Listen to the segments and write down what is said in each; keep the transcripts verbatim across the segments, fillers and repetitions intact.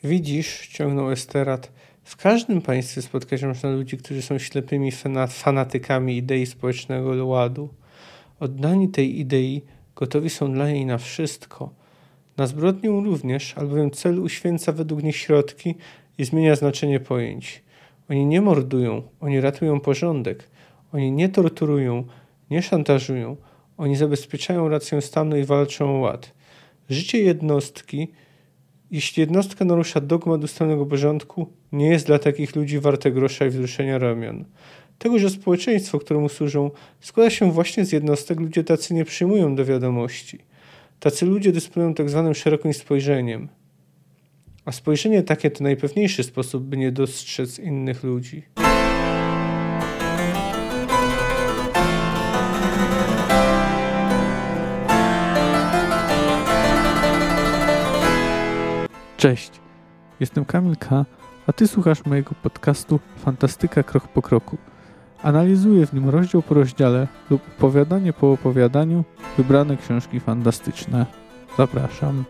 Widzisz, ciągnął Esterat, w każdym państwie spotkać można ludzi, którzy są ślepymi fana- fanatykami idei społecznego ładu. Oddani tej idei gotowi są dla niej na wszystko. Na zbrodnię również, albowiem cel uświęca według nich środki i zmienia znaczenie pojęć. Oni nie mordują, oni ratują porządek. Oni nie torturują, nie szantażują. Oni zabezpieczają rację stanu i walczą o ład. Życie jednostki, jeśli jednostka narusza dogmat ustalionego porządku, nie jest dla takich ludzi warte grosza i wzruszenia ramion. Tego, że społeczeństwo, któremu służą, składa się właśnie z jednostek, ludzie tacy nie przyjmują do wiadomości. Tacy ludzie dysponują tak zwanym szerokim spojrzeniem. A spojrzenie takie to najpewniejszy sposób, by nie dostrzec innych ludzi. Cześć, jestem Kamil K., a Ty słuchasz mojego podcastu Fantastyka Krok po Kroku. Analizuję w nim rozdział po rozdziale lub opowiadanie po opowiadaniu wybrane książki fantastyczne. Zapraszam.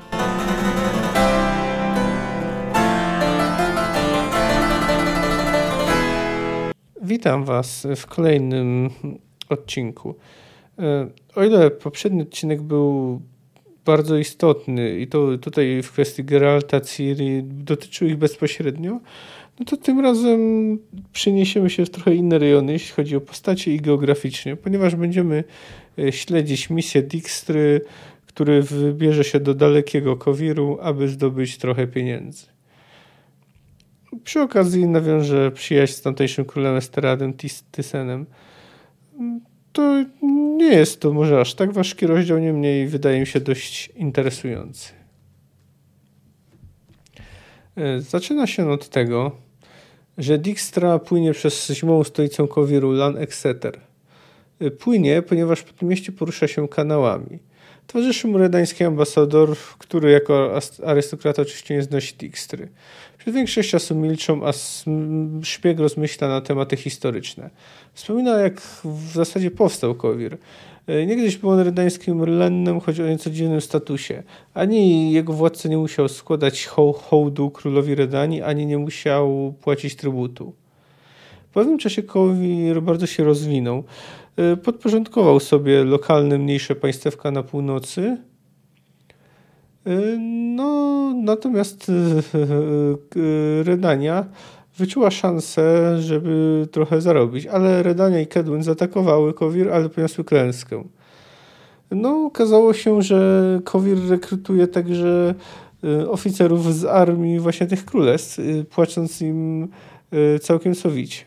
Witam Was w kolejnym odcinku. O ile poprzedni odcinek był bardzo istotny i to tutaj w kwestii Geralta, Ciri dotyczył ich bezpośrednio, no to tym razem przeniesiemy się w trochę inne rejony, jeśli chodzi o postacie i geograficznie, ponieważ będziemy śledzić misję Dijkstry, który wybierze się do dalekiego Kowiru, aby zdobyć trochę pieniędzy. Przy okazji nawiąże przyjaźń z tamtejszym królem Esteradem Tysenem. To nie jest to może aż tak ważki rozdział, niemniej wydaje mi się dość interesujący. Zaczyna się od tego, że Dijkstra płynie przez zimową stolicę Kowiru, Lan Exeter. Płynie, ponieważ po tym mieście porusza się kanałami. Towarzyszy mu redański ambasador, który jako arystokrata oczywiście nie znosi Dijkstry. Przez większość czasu milczą, a szpieg rozmyśla na tematy historyczne. Wspomina, jak w zasadzie powstał Kowir. Niegdyś był on redańskim Rlennem, choć o nieco dziwnym statusie. Ani jego władca nie musiał składać ho- hołdu królowi Redanii, ani nie musiał płacić trybutu. Po pewnym czasie Kowir bardzo się rozwinął. Podporządkował sobie lokalne, mniejsze państewka na północy. No, natomiast Redania wyczuła szansę, żeby trochę zarobić, ale Redania i Kaedwen zaatakowały Kowir, ale poniosły klęskę. No, okazało się, że Kowir rekrutuje także oficerów z armii właśnie tych królestw, płacąc im całkiem sowicie.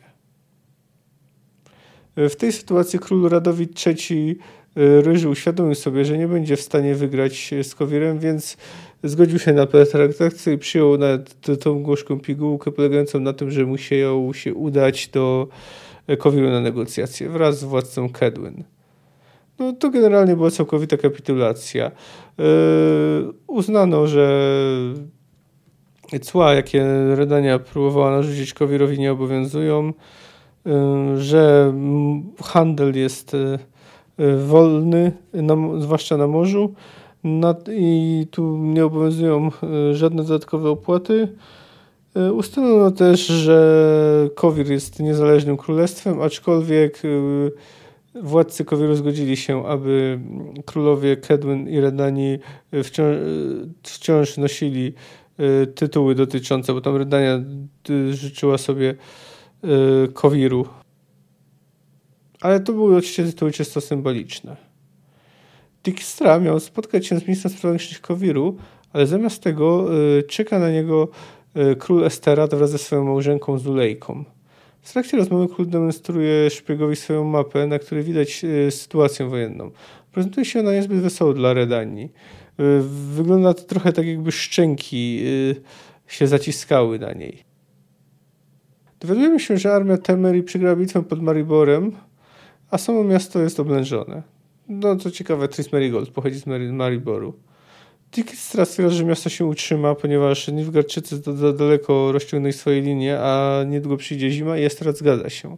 W tej sytuacji król Radowid trzeci Ryży uświadomił sobie, że nie będzie w stanie wygrać z Kowirem, więc zgodził się na pertraktację i przyjął nawet tą gorzką pigułkę polegającą na tym, że musiał się udać do Kowiru na negocjacje wraz z władcą Kaedwen. No to generalnie była całkowita kapitulacja. Yy, uznano, że cła, jakie Redania próbowała narzucić Kowirowi, nie obowiązują, yy, że handel jest wolny, na, zwłaszcza na morzu, na, i tu nie obowiązują żadne dodatkowe opłaty. Ustalono też, że Kowir jest niezależnym królestwem, aczkolwiek władcy Kowiru zgodzili się, aby królowie Kaedwen i Redanii wciąż, wciąż nosili tytuły dotyczące, bo tam Redania życzyła sobie Kowiru. Ale to były oczywiście tytuły czysto symboliczne. Dijkstra miał spotkać się z ministrem spraw wewnętrznych Kowiru, ale zamiast tego y, czeka na niego y, król Esterat wraz ze swoją małżonką Zulejką. W trakcie rozmowy król demonstruje szpiegowi swoją mapę, na której widać y, sytuację wojenną. Prezentuje się ona niezbyt wesoło dla Redanii. Y, wygląda to trochę tak, jakby szczęki y, się zaciskały na niej. Dowiadujemy się, że armia Temerii przegrała bitwę pod Mariborem, a samo miasto jest oblężone. No co ciekawe, Triss Merigold pochodzi z Mariboru. Dijkstra stwierdza, że miasto się utrzyma, ponieważ Nilfgaardczycy za do, daleko rozciągnęli swoje linie, a niedługo przyjdzie zima i Esterat zgadza się.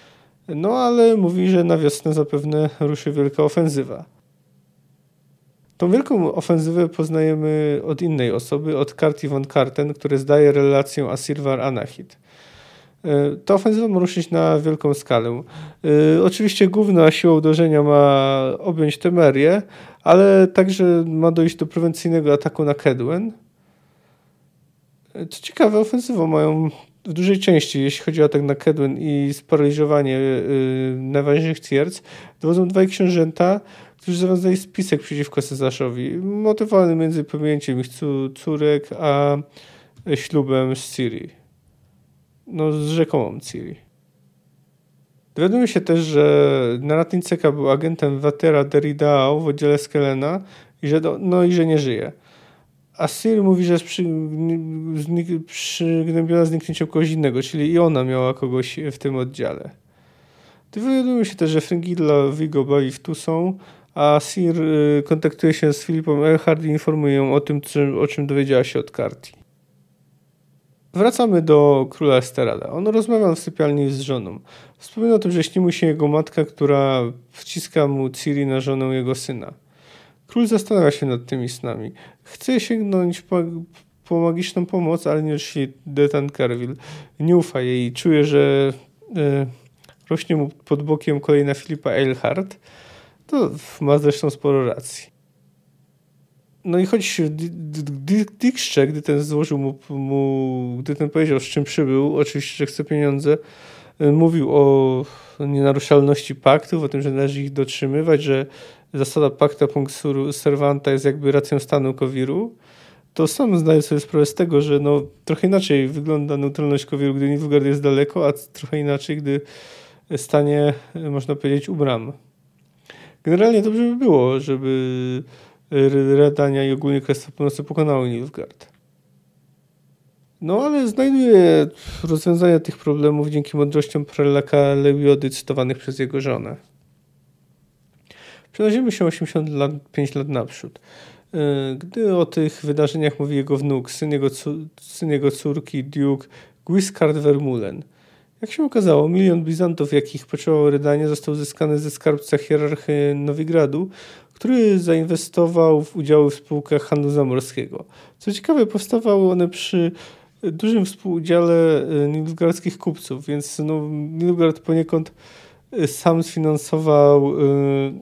No ale mówi, że na wiosnę zapewne ruszy wielka ofensywa. Tą wielką ofensywę poznajemy od innej osoby, od Karti von Karten, który zdaje relację Asirvar-Anahit. Ta ofensywa ma ruszyć na wielką skalę. Oczywiście główna siła uderzenia ma objąć Temerię, ale także ma dojść do prewencyjnego ataku na Kaedwen. Co ciekawe, ofensywą mają w dużej części, jeśli chodzi o atak na Kaedwen i sparaliżowanie yy, najważniejszych twierdz, dowodzą dwaj książęta, którzy zawiązali spisek przeciwko Cezarzowi, motywowany między pominięciem ich córek a ślubem z Ciri. No, z rzekomą Ciri. Dowiadujemy się też, że Naratin Seka był agentem Vatera Derridae w oddziale Skellena i że, do, no, i że nie żyje. A Ciri mówi, że jest przy, znik, przygnębiona zniknięciem kogoś innego, czyli i ona miała kogoś w tym oddziale. Dowiadujemy się też, że Fringilla Vigo bawi w Tusą, a Sir kontaktuje się z Filipem Eilhart i informuje ją o tym, o czym dowiedziała się od Karti. Wracamy do króla Esterada. On rozmawia w sypialni z żoną. Wspomina o tym, że śni mu się jego matka, która wciska mu Ciri na żonę jego syna. Król zastanawia się nad tymi snami. Chce sięgnąć po, po magiczną pomoc, ale nie odśli Detan Kervil. Nie ufa jej i czuje, że e, rośnie mu pod bokiem kolejna Filipa Eilhart. To ma zresztą sporo racji. No i choć Dijkstrze, gdy ten złożył mu, mu, gdy ten powiedział, z czym przybył, oczywiście, że chce pieniądze, mówił o nienaruszalności paktów, o tym, że należy ich dotrzymywać, że zasada pacta punct servanta jest jakby racją stanu Kowiru, to sam zdaje sobie sprawę z tego, że no, trochę inaczej wygląda neutralność Kowiru, gdy Nilfgaard jest daleko, a trochę inaczej, gdy stanie, można powiedzieć, u bram. Generalnie dobrze by było, żeby Redania i ogólnie Królestwo Północy pokonało Nilfgaard. No ale znajduje rozwiązania tych problemów dzięki mądrościom prelaka Lewiody cytowanych przez jego żonę. Przenosimy się osiemdziesiąt pięć lat naprzód. Gdy o tych wydarzeniach mówi jego wnuk, syn jego, syn jego córki, Duke Guiscard Vermeulen. Jak się okazało, milion Bizantów, jakich potrzebowało Redania, został zyskany ze skarbca hierarchy Nowigradu, który zainwestował w udziały w spółkach handlu zamorskiego. Co ciekawe, powstawały one przy dużym współudziale nilfgaardzkich kupców, więc no, Nilfgaard poniekąd sam sfinansował y,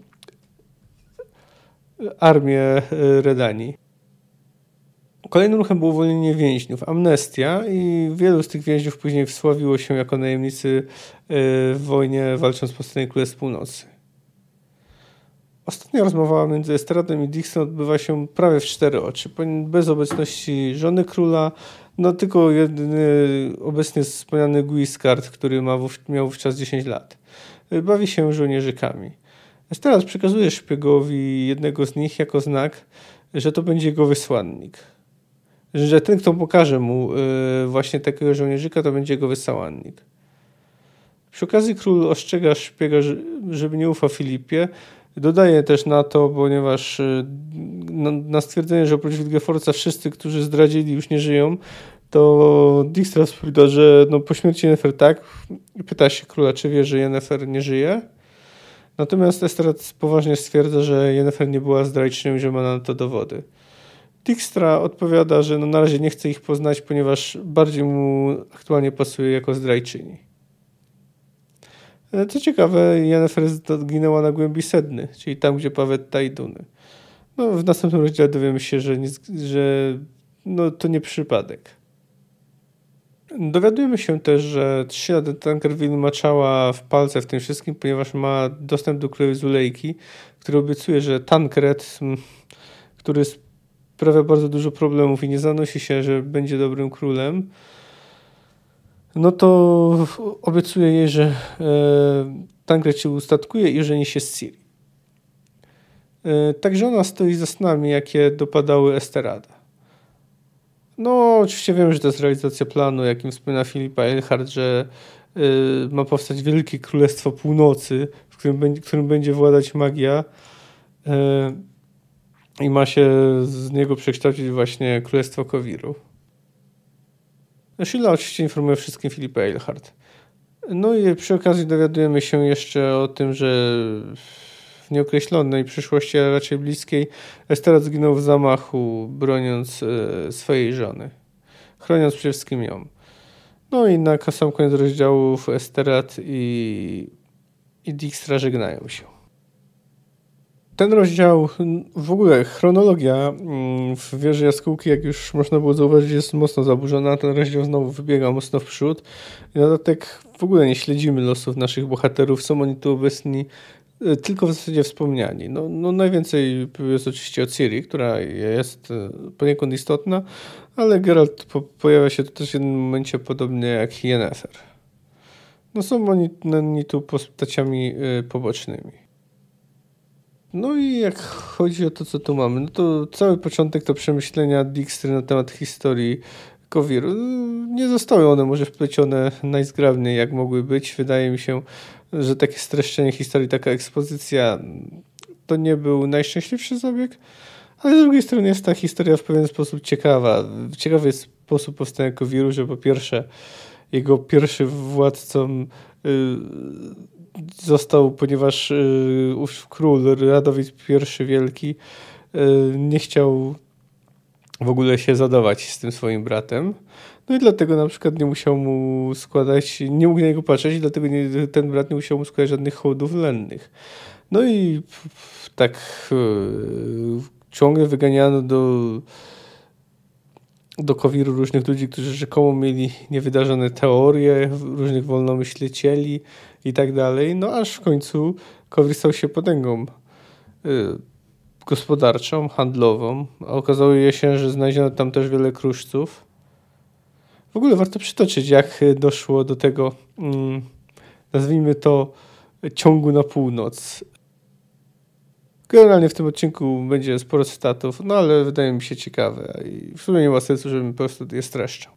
armię Redanii. Kolejnym ruchem było uwolnienie więźniów, amnestia, i wielu z tych więźniów później wsławiło się jako najemnicy w wojnie, walcząc po stronie Królestw Północy. Ostatnia rozmowa między Esterradem i Dijkstrem odbywa się prawie w cztery oczy, bez obecności żony króla, no tylko jedyny obecnie wspomniany Guiscard, który ma wów, miał wówczas dziesięć lat. Bawi się żołnierzykami. Esterrad przekazuje szpiegowi jednego z nich jako znak, że to będzie jego wysłannik. Że ten, kto pokaże mu yy, właśnie takiego żołnierzyka, to będzie jego wysłannik. Przy okazji król ostrzega szpiega, żeby nie ufał Filipie. Dodaje też na to, ponieważ yy, na, na stwierdzenie, że oprócz Wilgefortza wszyscy, którzy zdradzili, już nie żyją, to Dijkstra wspomina, że no, po śmierci Yennefer tak. Pyta się króla, czy wie, że Yennefer nie żyje. Natomiast Esterrad poważnie stwierdza, że Yennefer nie była zdrajczynią i że ma na to dowody. Dijkstra odpowiada, że no na razie nie chce ich poznać, ponieważ bardziej mu aktualnie pasuje jako zdrajczyni. Co ciekawe, Yennefer zginęła na głębi Sedny, czyli tam, gdzie Pawetta i Duny. No, w następnym rozdziale dowiemy się, że, nie, że no, to nie przypadek. Dowiadujemy się też, że ślad Tankerville maczała w palce w tym wszystkim, ponieważ ma dostęp do królowej Zulejki, który obiecuje, że Tancred, który sprawia bardzo dużo problemów i nie zanosi się, że będzie dobrym królem, no to obiecuje jej, że e, Tancred się ustatkuje i żeni się z Ciri. E, także ona stoi za snami, jakie dopadały Esterrada. No, oczywiście wiem, że to jest realizacja planu, jakim wspomina Filipa Eilhart, że y, ma powstać Wielkie Królestwo Północy, w którym będzie, którym będzie władać magia y, i ma się z niego przekształcić właśnie Królestwo Kowiru. Sheila oczywiście informuje wszystkim Filipa Eilhart. No i przy okazji dowiadujemy się jeszcze o tym, że nieokreślonej przyszłości, ale raczej bliskiej, Esterat zginął w zamachu, broniąc e, swojej żony. Chroniąc przede wszystkim ją. No i na sam koniec rozdziałów Esterat i, i Dijkstra żegnają się. Ten rozdział, w ogóle chronologia w Wieży Jaskółki, jak już można było zauważyć, jest mocno zaburzona. Ten rozdział znowu wybiega mocno w przód. I na dodatek w ogóle nie śledzimy losów naszych bohaterów. Są oni tu obecni tylko w zasadzie wspomniani. No, no najwięcej jest oczywiście o Ciri, która jest poniekąd istotna, ale Geralt po, pojawia się tu też w jednym momencie podobnie jak Yennefer. No są oni, oni tu postaciami pobocznymi. No i jak chodzi o to, co tu mamy, no to cały początek to przemyślenia Dijkstry na temat historii Kowiru. Nie zostały one może wplecione najzgrabniej, jak mogły być. Wydaje mi się, że takie streszczenie historii, taka ekspozycja to nie był najszczęśliwszy zabieg, ale z drugiej strony jest ta historia w pewien sposób ciekawa. Ciekawy jest sposób powstania Kowiru, że po pierwsze jego pierwszy władcą yy, został, ponieważ yy, ów król Radowid I Wielki yy, nie chciał w ogóle się zadawać z tym swoim bratem. No i dlatego na przykład nie musiał mu składać, nie mógł na niego patrzeć, dlatego nie, ten brat nie musiał mu składać żadnych hołdów lennych. No i tak yy, ciągle wyganiano do, do Kowiru różnych ludzi, którzy rzekomo mieli niewydarzone teorie, różnych wolnomyślicieli i tak dalej. No aż w końcu Kowir stał się potęgą yy, gospodarczą, handlową. Okazało się, że znaleziono tam też wiele kruszców. W ogóle warto przytoczyć, jak doszło do tego, mm, nazwijmy to, ciągu na północ. Generalnie w tym odcinku będzie sporo cytatów, no ale wydaje mi się ciekawe i w sumie nie ma sensu, żebym po prostu je streszczał.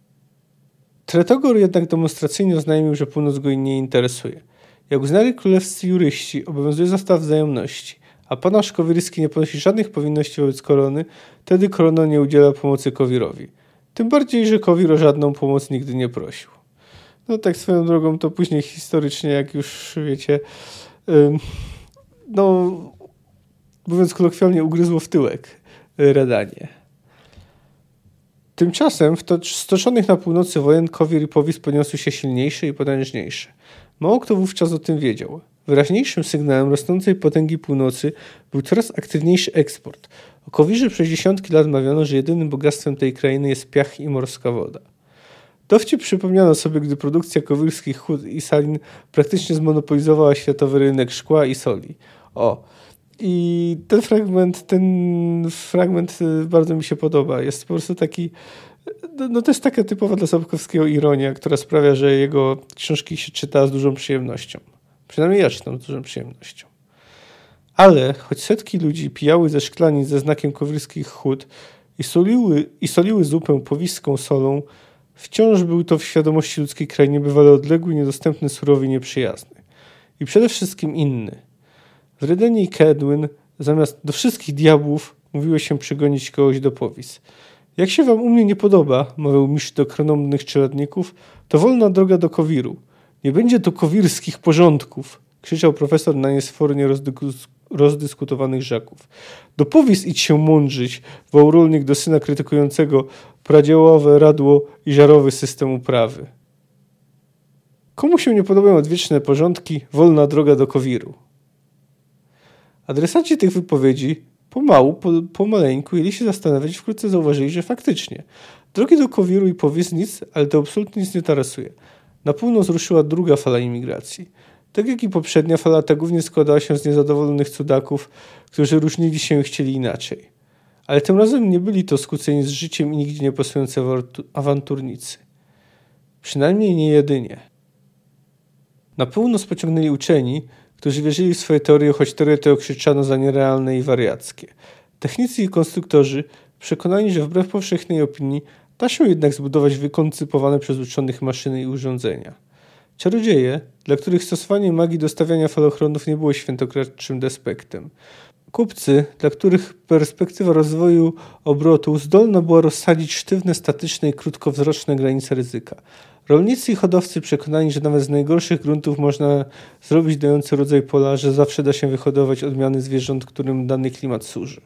Tretogor jednak demonstracyjnie oznajmił, że północ go nie interesuje. Jak uznali królewscy juryści, obowiązuje zasada wzajemności, a panasz kowirski nie ponosi żadnych powinności wobec korony, wtedy korona nie udziela pomocy Kowirowi. Tym bardziej, że Kowir o żadną pomoc nigdy nie prosił. No tak swoją drogą to później historycznie, jak już wiecie, ym, no mówiąc kolokwialnie, ugryzło w tyłek Redanie. Tymczasem w stoczonych na północy wojen Kowir i Powis poniosły się silniejsze i potężniejsze. Mało kto wówczas o tym wiedział. Wyraźniejszym sygnałem rosnącej potęgi północy był coraz aktywniejszy eksport. O Kowirze przez dziesiątki lat mawiano, że jedynym bogactwem tej krainy jest piach i morska woda. Dowcip przypomniano sobie, gdy produkcja kowirskich hut i salin praktycznie zmonopolizowała światowy rynek szkła i soli. O, i ten fragment, ten fragment bardzo mi się podoba. Jest po prostu taki, no to jest taka typowa dla Sapkowskiego ironia, która sprawia, że jego książki się czyta z dużą przyjemnością. Przynajmniej ja czytam z dużą przyjemnością. Ale choć setki ludzi pijały ze szklanic ze znakiem kowirskich hut i soliły, i soliły zupę powiską solą, wciąż był to w świadomości ludzkiej kraj niebywale odległy, niedostępny, surowy i nieprzyjazny. I przede wszystkim inny. W Redenie i Kaedwen zamiast do wszystkich diabłów mówiło się przygonić kogoś do Powis. Jak się wam u mnie nie podoba, mawiał mistrz do krnąbrnych czeladników, to wolna droga do Kowiru. Nie będzie tu kowirskich porządków, krzyczał profesor na niesfornie rozdykus- rozdyskutowanych żaków. Do Powis idź się mądrzyć, wołał rolnik do syna krytykującego pradziałowe radło i żarowy system uprawy. Komu się nie podobają odwieczne porządki, wolna droga do Kowiru. Adresaci tych wypowiedzi pomału, po, pomaleńku jęli się zastanawiać, wkrótce zauważyli, że faktycznie drogi do Kowiru i Powis nic, ale to absolutnie nic nie interesuje. Na północ ruszyła druga fala imigracji. Tak jak i poprzednia fala, ta głównie składała się z niezadowolonych cudaków, którzy różnili się i chcieli inaczej. Ale tym razem nie byli to skłóceni z życiem i nigdzie nie pasujący awanturnicy. Przynajmniej nie jedynie. Na północ pociągnęli uczeni, którzy wierzyli w swoje teorie, choć teorie te okrzyczano za nierealne i wariackie. Technicy i konstruktorzy, przekonani, że wbrew powszechnej opinii da się jednak zbudować wykoncypowane przez uczonych maszyny i urządzenia. Czarodzieje, dla których stosowanie magii do stawiania falochronów nie było świętokradczym despektem. Kupcy, dla których perspektywa rozwoju obrotu zdolna była rozsadzić sztywne, statyczne i krótkowzroczne granice ryzyka. Rolnicy i hodowcy przekonani, że nawet z najgorszych gruntów można zrobić dający rodzaj pola, że zawsze da się wyhodować odmiany zwierząt, którym dany klimat służy.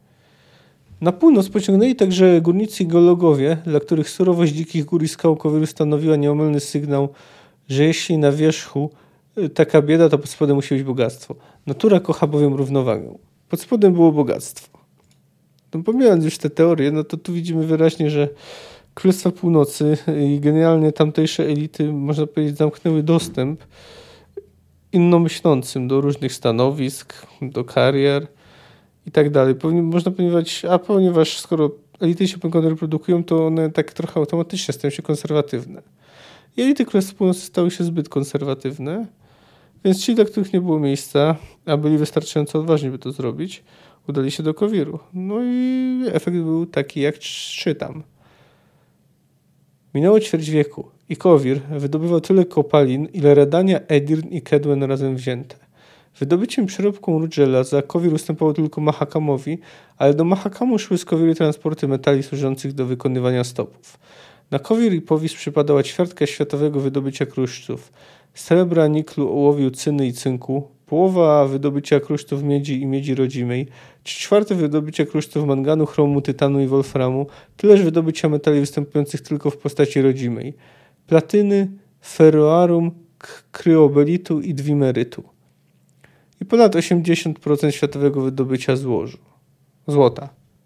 Na północ pociągnęli także górnicy i geologowie, dla których surowość dzikich gór i skał Kowiru stanowiła nieomylny sygnał, że jeśli na wierzchu taka bieda, to pod spodem musi być bogactwo. Natura kocha bowiem równowagę. Pod spodem było bogactwo. No, pomijając już te teorie, no to tu widzimy wyraźnie, że Królestwa Północy i generalnie tamtejsze elity, można powiedzieć, zamknęły dostęp innomyślącym do różnych stanowisk, do karier i tak dalej. Można ponieważ, a ponieważ skoro elity się reprodukują, to one tak trochę automatycznie stają się konserwatywne. I elity Królestwa Północy stały się zbyt konserwatywne, więc ci, dla których nie było miejsca, a byli wystarczająco odważni, by to zrobić, udali się do Kowiru. No i efekt był taki, jak czytam. Minęło ćwierć wieku i Kowir wydobywał tyle kopalin, ile Redania, Edirn i Kedwen razem wzięte. Wydobyciem przyrobką ród żelaza Kowir ustępował tylko Mahakamowi, ale do Mahakamu szły z Kowiru transporty metali służących do wykonywania stopów. Na Kowir i Powis przypadała ćwiartka światowego wydobycia kruszców, srebra, niklu, ołowiu, cyny i cynku, połowa wydobycia kruszców miedzi i miedzi rodzimej, czwarte wydobycia kruszców manganu, chromu, tytanu i wolframu, tyleż wydobycia metali występujących tylko w postaci rodzimej, platyny, ferroarum, kryobelitu i dwimerytu. I ponad osiemdziesiąt procent światowego wydobycia złożu. Złota.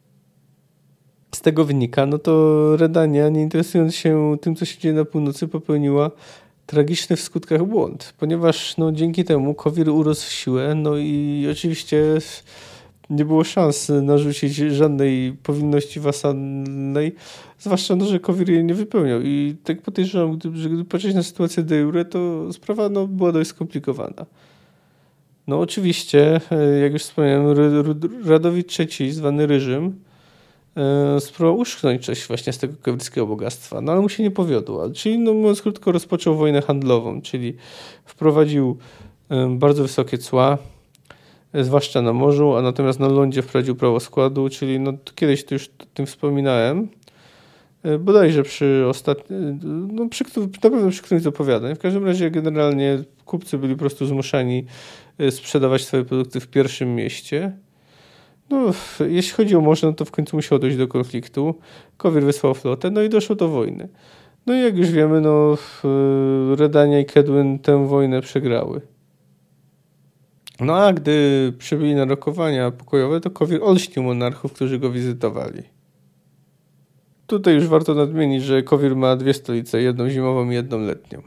Z tego wynika, no to Redania, nie interesując się tym, co się dzieje na północy, popełniła tragiczny w skutkach błąd, ponieważ no, dzięki temu Kowir urósł w siłę, no i oczywiście nie było szans narzucić żadnej powinności wasalnej, zwłaszcza, no, że Kowir jej nie wypełniał. I tak podejrzewam, gdy, że gdy patrzeć na sytuację de jure, to sprawa no, była dość skomplikowana. No oczywiście, jak już wspomniałem, Radowid trzeci, zwany Ryżym, spróbował uszknąć coś właśnie z tego kowirskiego bogactwa, no ale mu się nie powiodło. Czyli, no, mówiąc krótko, rozpoczął wojnę handlową, czyli wprowadził bardzo wysokie cła, zwłaszcza na morzu, a natomiast na lądzie wprowadził prawo składu, czyli no, kiedyś to już o tym wspominałem, bodajże przy ostatnim, no przy, na pewno przy którymś z opowiadań. W każdym razie generalnie kupcy byli po prostu zmuszani sprzedawać swoje produkty w pierwszym mieście. No, jeśli chodzi o morze, no to w końcu musiało dojść do konfliktu. Kowir wysłał flotę, no i doszło do wojny. No i jak już wiemy, no Redania i Kedwen tę wojnę przegrały. No a gdy przybyli na rokowania pokojowe, to Kowir olśnił monarchów, którzy go wizytowali. Tutaj już warto nadmienić, że Kowir ma dwie stolice, jedną zimową i jedną letnią.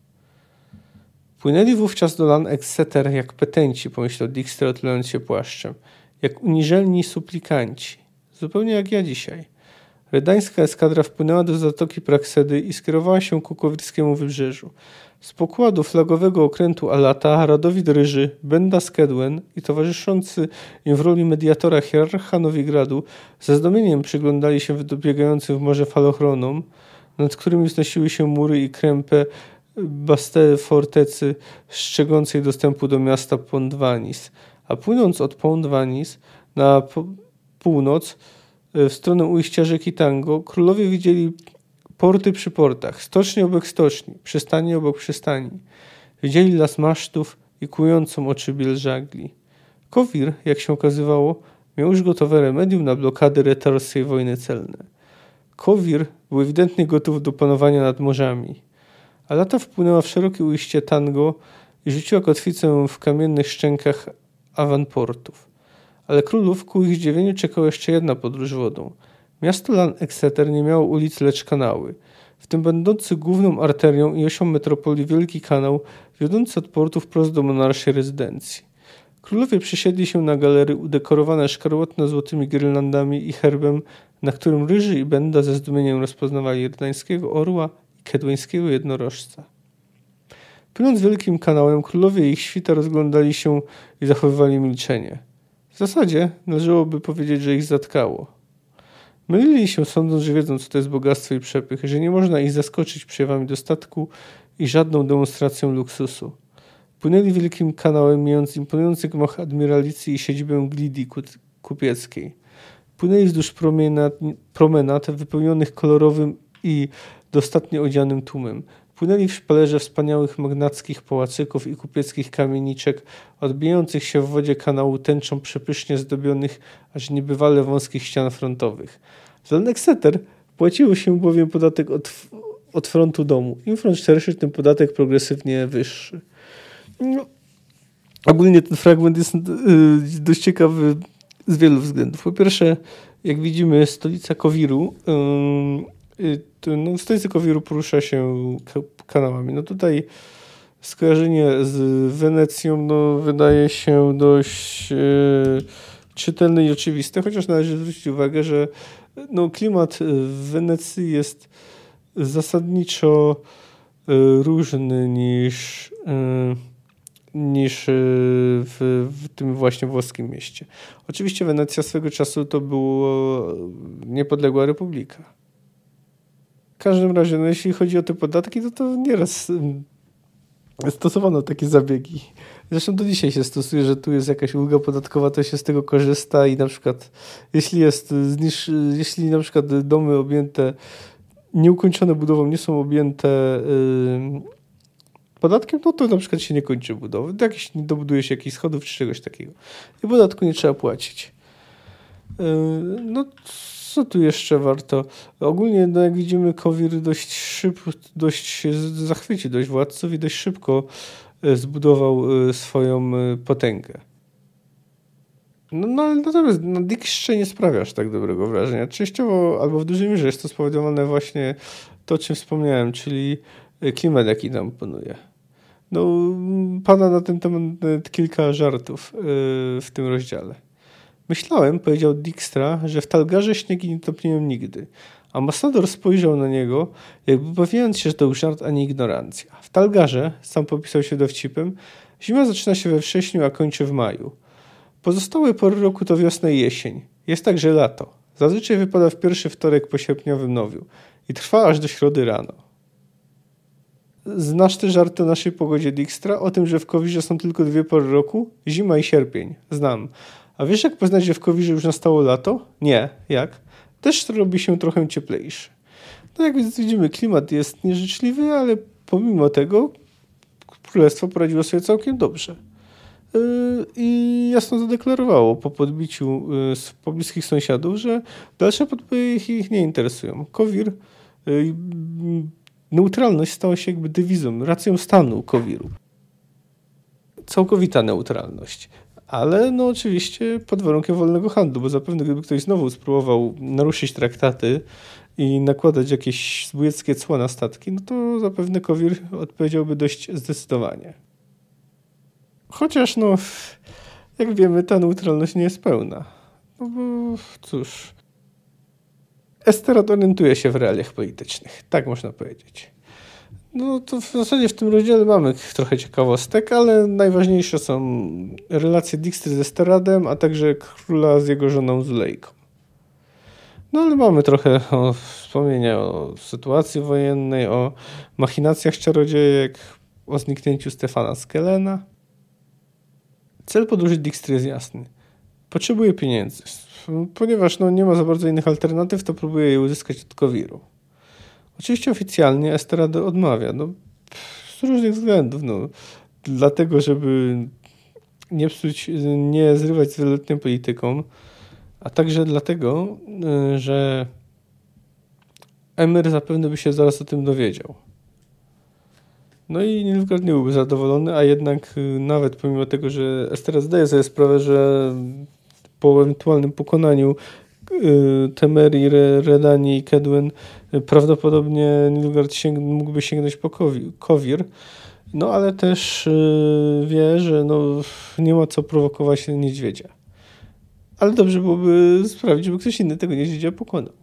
Płynęli wówczas do Lan Exeter jak petenci, pomyślał Dijkstra, otulając się płaszczem. Jak uniżelni suplikanci. Zupełnie jak ja dzisiaj. Redańska eskadra wpłynęła do Zatoki Praksedy i skierowała się ku kowirskiemu wybrzeżu. Z pokładu flagowego okrętu Alata Radowid Ryży, Benda z Kedwen i towarzyszący im w roli mediatora hierarcha Nowigradu ze zdumieniem przyglądali się dobiegającym w morze falochronom, nad którymi wznosiły się mury i krępe baste fortecy strzegącej dostępu do miasta Pondwanis. A płynąc od Pondwanis na północ w stronę ujścia rzeki Tango, królowie widzieli porty przy portach, stocznie obok stoczni, przystanie obok przystani. Widzieli las masztów i kłującą oczy biel żagli. Kowir, jak się okazywało, miał już gotowe remedium na blokady retorskiej wojny celne. Kowir był ewidentnie gotów do panowania nad morzami. A lata wpłynęła w szerokie ujście Tango i rzuciła kotwicę w kamiennych szczękach awanportów. Ale królów ku ich zdziwieniu czekała jeszcze jedna podróż wodą. Miasto Lan Exeter nie miało ulic, lecz kanały. W tym będący główną arterią i osią metropolii wielki kanał wiodący od portu wprost do monarszej rezydencji. Królowie przysiedli się na galery udekorowane szkarłatno-złotymi girlandami i herbem, na którym Ryży i Benda ze zdumieniem rozpoznawali redańskiego orła i kedweńskiego jednorożca. Płynąc wielkim kanałem, królowie i ich świta rozglądali się i zachowywali milczenie. W zasadzie należałoby powiedzieć, że ich zatkało. Mylili się, sądząc, że wiedzą, co to jest bogactwo i przepych, że nie można ich zaskoczyć przejawami dostatku i żadną demonstracją luksusu. Płynęli wielkim kanałem, mijając imponujący gmach admiralicji i siedzibę gildii kupieckiej. Płynęli wzdłuż promenad, promenad wypełnionych kolorowym i dostatnio odzianym tłumem. Płynęli w szpalerze wspaniałych magnackich pałacyków i kupieckich kamieniczek, odbijających się w wodzie kanału tęczą przepysznie zdobionych, aż niebywale wąskich ścian frontowych. W Exeter płaciło się bowiem podatek od, od frontu domu. Im front szerszy, tym podatek progresywnie wyższy. No, ogólnie ten fragment jest yy, dość ciekawy z wielu względów. Po pierwsze, jak widzimy, stolica Kowiru, yy, yy, no, stolica Kowiru porusza się kanałami. No tutaj skojarzenie z Wenecją no, wydaje się dość yy, czytelne i oczywiste, chociaż należy zwrócić uwagę, że no, klimat w Wenecji jest zasadniczo yy, różny niż yy, niż w, w tym właśnie włoskim mieście. Oczywiście Wenecja swego czasu to była niepodległa republika. W każdym razie, no jeśli chodzi o te podatki, to to nieraz stosowano takie zabiegi. Zresztą do dzisiaj się stosuje, że tu jest jakaś ulga podatkowa, to się z tego korzysta i na przykład jeśli jest, jeśli na przykład domy objęte, nieukończone budową nie są objęte yy, podatkiem, no to na przykład się nie kończy budowy. Jakiś, nie dobuduje się jakichś schodów czy czegoś takiego. I podatku nie trzeba płacić. Yy, no co tu jeszcze warto? Ogólnie, no jak widzimy, Kowir dość szybko, dość się zachwyci dość władców i dość szybko zbudował swoją potęgę. No, no natomiast no, Dijkstrze nie sprawia aż tak dobrego wrażenia. Częściowo albo w dużej mierze jest to spowodowane właśnie to, o czym wspomniałem, czyli klimat, jaki tam panuje. No, pada na ten temat kilka żartów w tym rozdziale. Myślałem, powiedział Dijkstra, że w Talgarze śniegi nie topnieją nigdy. Ambasador spojrzał na niego, jakby obawiając się, że to był żart, a nie ignorancja. W Talgarze, sam popisał się dowcipem, zima zaczyna się we wrześniu, a kończy w maju. Pozostałe pory roku to wiosna i jesień. Jest także lato. Zazwyczaj wypada w pierwszy wtorek po sierpniowym nowiu i trwa aż do środy rano. Znasz te żarty o naszej pogodzie, Dijkstra? O tym, że w Kowirze są tylko dwie pory roku? Zima i sierpień. Znam. A wiesz, jak poznać, że w Kowirze już nastało lato? Nie. Jak? Też robi się trochę cieplejszy. No jak widzimy, klimat jest nieżyczliwy, ale pomimo tego królestwo poradziło sobie całkiem dobrze. Yy, I jasno zadeklarowało po podbiciu yy, pobliskich sąsiadów, że dalsze podboje ich, ich nie interesują. Kowir, yy, neutralność stała się jakby dewizą, racją stanu Kowiru. Całkowita neutralność. Ale no oczywiście pod warunkiem wolnego handlu, bo zapewne gdyby ktoś znowu spróbował naruszyć traktaty i nakładać jakieś zbójeckie cła na statki, no to zapewne Kowir odpowiedziałby dość zdecydowanie. Chociaż no, jak wiemy, ta neutralność nie jest pełna. No bo cóż, Esterad orientuje się w realiach politycznych, tak można powiedzieć. No to w zasadzie w tym rozdziale mamy trochę ciekawostek, ale najważniejsze są relacje Dijkstry z Esteradem, a także króla z jego żoną Zulejką. No ale mamy trochę o wspomnienia o sytuacji wojennej, o machinacjach czarodziejek, o zniknięciu Stefana Skelena. Cel podróży Dijkstry jest jasny. Potrzebuje pieniędzy. Ponieważ no, nie ma za bardzo innych alternatyw, to próbuje je uzyskać od Kowiru. Oczywiście oficjalnie Esterad odmawia. No, z różnych względów. No, dlatego, żeby nie psuć, nie zrywać z wieloletnią polityką, a także dlatego, że Emir zapewne by się zaraz o tym dowiedział. No i Nilfgaard nie byłby zadowolony, a jednak nawet pomimo tego, że Esterad zdaje sobie sprawę, że po ewentualnym pokonaniu Temerii, Redanii i Kedwen prawdopodobnie Nilfgaard sięg- mógłby sięgnąć po Kowir, no ale też wie, że no, nie ma co prowokować niedźwiedzia. Ale dobrze byłoby sprawić, żeby ktoś inny tego niedźwiedzia pokonał.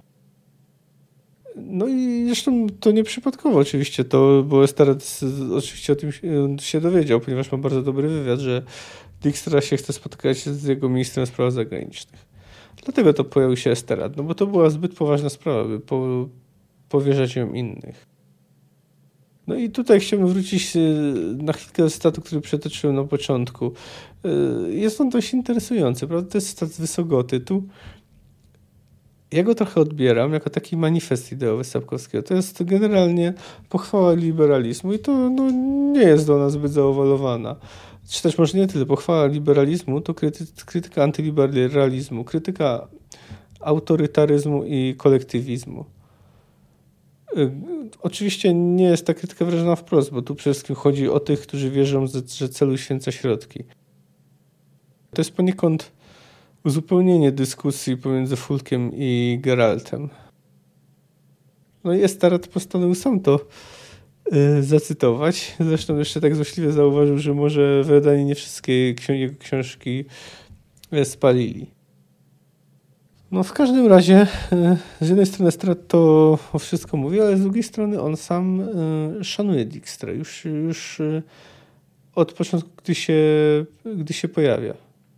No i zresztą to nieprzypadkowo oczywiście to, bo Esterad oczywiście o tym się dowiedział, ponieważ ma bardzo dobry wywiad, że Dijkstra się chce spotkać z jego ministrem spraw zagranicznych. Dlatego to pojawił się Esterad, no bo to była zbyt poważna sprawa, by po, powierzać ją innych. No i tutaj chciałbym wrócić na chwilkę do cytatu, który przytoczyłem na początku. Jest on dość interesujący, prawda? To jest cytat z Wysogoty. Tu ja go trochę odbieram jako taki manifest ideowy Sapkowskiego. To jest generalnie pochwała liberalizmu i to no, nie jest ona zbyt zaowalowana. Czy też może nie tyle pochwała liberalizmu, to kryty, krytyka antyliberalizmu, krytyka autorytaryzmu i kolektywizmu. Oczywiście nie jest ta krytyka wyrażona wprost, bo tu przede wszystkim chodzi o tych, którzy wierzą, że cel uświęca środki. To jest poniekąd uzupełnienie dyskusji pomiędzy Fulkiem i Geraltem. No i Estarat postanowił sam to y, zacytować. Zresztą jeszcze tak złośliwie zauważył, że może wydani nie wszystkie ksi- jego książki spalili. No w każdym razie z jednej strony Estarat to o wszystko mówi, ale z drugiej strony on sam y, szanuje Dijkstra już, już y, od początku, gdy się, gdy się pojawia.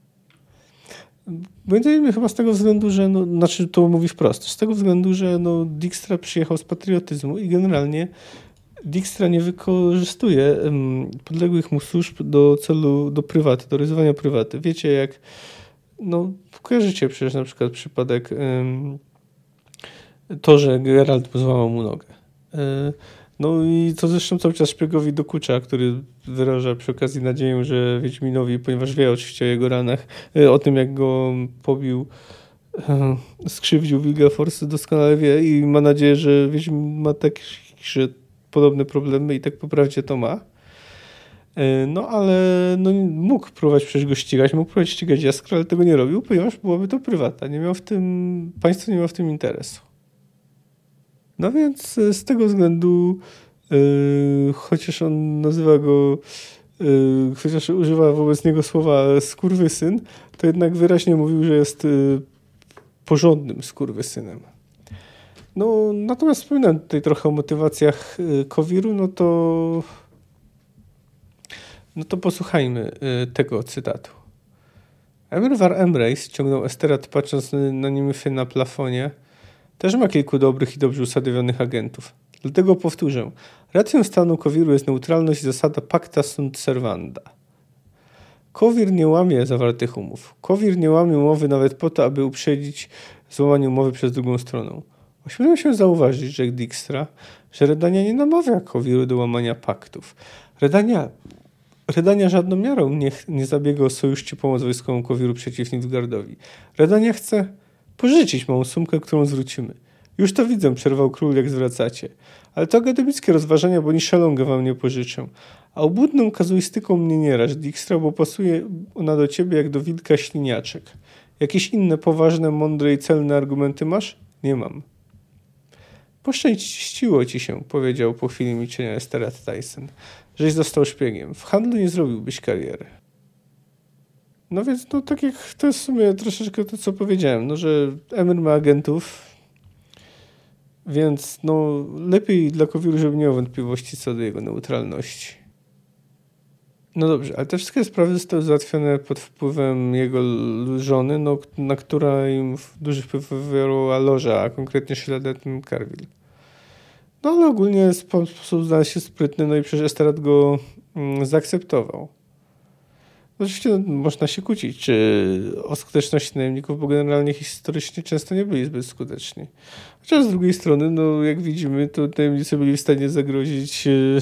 Między innymi chyba z tego względu, że, no, znaczy to mówi wprost, z tego względu, że no, Dijkstra przyjechał z patriotyzmu i generalnie Dijkstra nie wykorzystuje um, podległych mu służb do celu, do prywaty, do realizowania prywaty. Wiecie jak, no kojarzycie przecież na przykład przypadek um, to, że Geralt złamał mu nogę. Y, No i to zresztą cały czas szpiegowi dokucza, który wyraża przy okazji nadzieję, że Wiedźminowi, ponieważ wie oczywiście o jego ranach, o tym jak go pobił, skrzywdził Wilgefortz, doskonale wie i ma nadzieję, że Wiedźmin ma takie że podobne problemy i tak po prawdzie to ma. No ale no, mógł próbować przecież go ścigać, mógł próbować ścigać Jaskra, ale tego nie robił, ponieważ byłaby to prywata. Nie miał w tym, państwo nie miało w tym interesu. No więc z tego względu, yy, chociaż on nazywa go, yy, chociaż używa wobec niego słowa skurwysyn, to jednak wyraźnie mówił, że jest yy, porządnym skurwysynem. No, natomiast wspominam tutaj trochę o motywacjach yy, Kowiru, no to, no to posłuchajmy yy, tego cytatu. Emir war Emreis, ciągnął Esterat patrząc na Nimfy na plafonie, też ma kilku dobrych i dobrze usadowionych agentów. Dlatego powtórzę. Racją stanu Kowiru jest neutralność i zasada pacta sunt servanda. Kowir nie łamie zawartych umów. Kowir nie łamie umowy nawet po to, aby uprzedzić złamanie umowy przez drugą stronę. Ośmielam się zauważyć, rzekł Dijkstra, że Redania nie namawia Kowiru do łamania paktów. Redania, Redania żadną miarą nie, nie zabiega o sojusz czy pomoc wojskową Kowiru przeciw Nilfgaardowi. Redania chce pożyczyć małą sumkę, którą zwrócimy. Już to widzę, przerwał król, jak zwracacie. Ale to akademickie rozważania, bo ni szelongę wam nie pożyczę. A obłudną kazuistyką mnie nie raż, Dijkstra, bo pasuje ona do ciebie jak do wilka śliniaczek. Jakieś inne poważne, mądre i celne argumenty masz? Nie mam. Poszczęściło ci się, powiedział po chwili milczenia Esterat Tyson, żeś został szpiegiem. W handlu nie zrobiłbyś kariery. No więc, no tak jak to jest w sumie troszeczkę to, co powiedziałem, no że Emir ma agentów, więc no lepiej dla Kowiru, żeby nie miał wątpliwości co do jego neutralności. No dobrze, ale te wszystkie sprawy zostały załatwione pod wpływem jego żony, no, na która im duży wpływ wywierała loża, a konkretnie Sheladet Carville. No ale ogólnie sposób znalazł się sprytny, no i przecież Esterat go mm, zaakceptował. Oczywiście no, można się kłócić, czy o skuteczności najemników, bo generalnie historycznie często nie byli zbyt skuteczni. Chociaż z drugiej strony, no jak widzimy, to najemnicy byli w stanie zagrozić yy,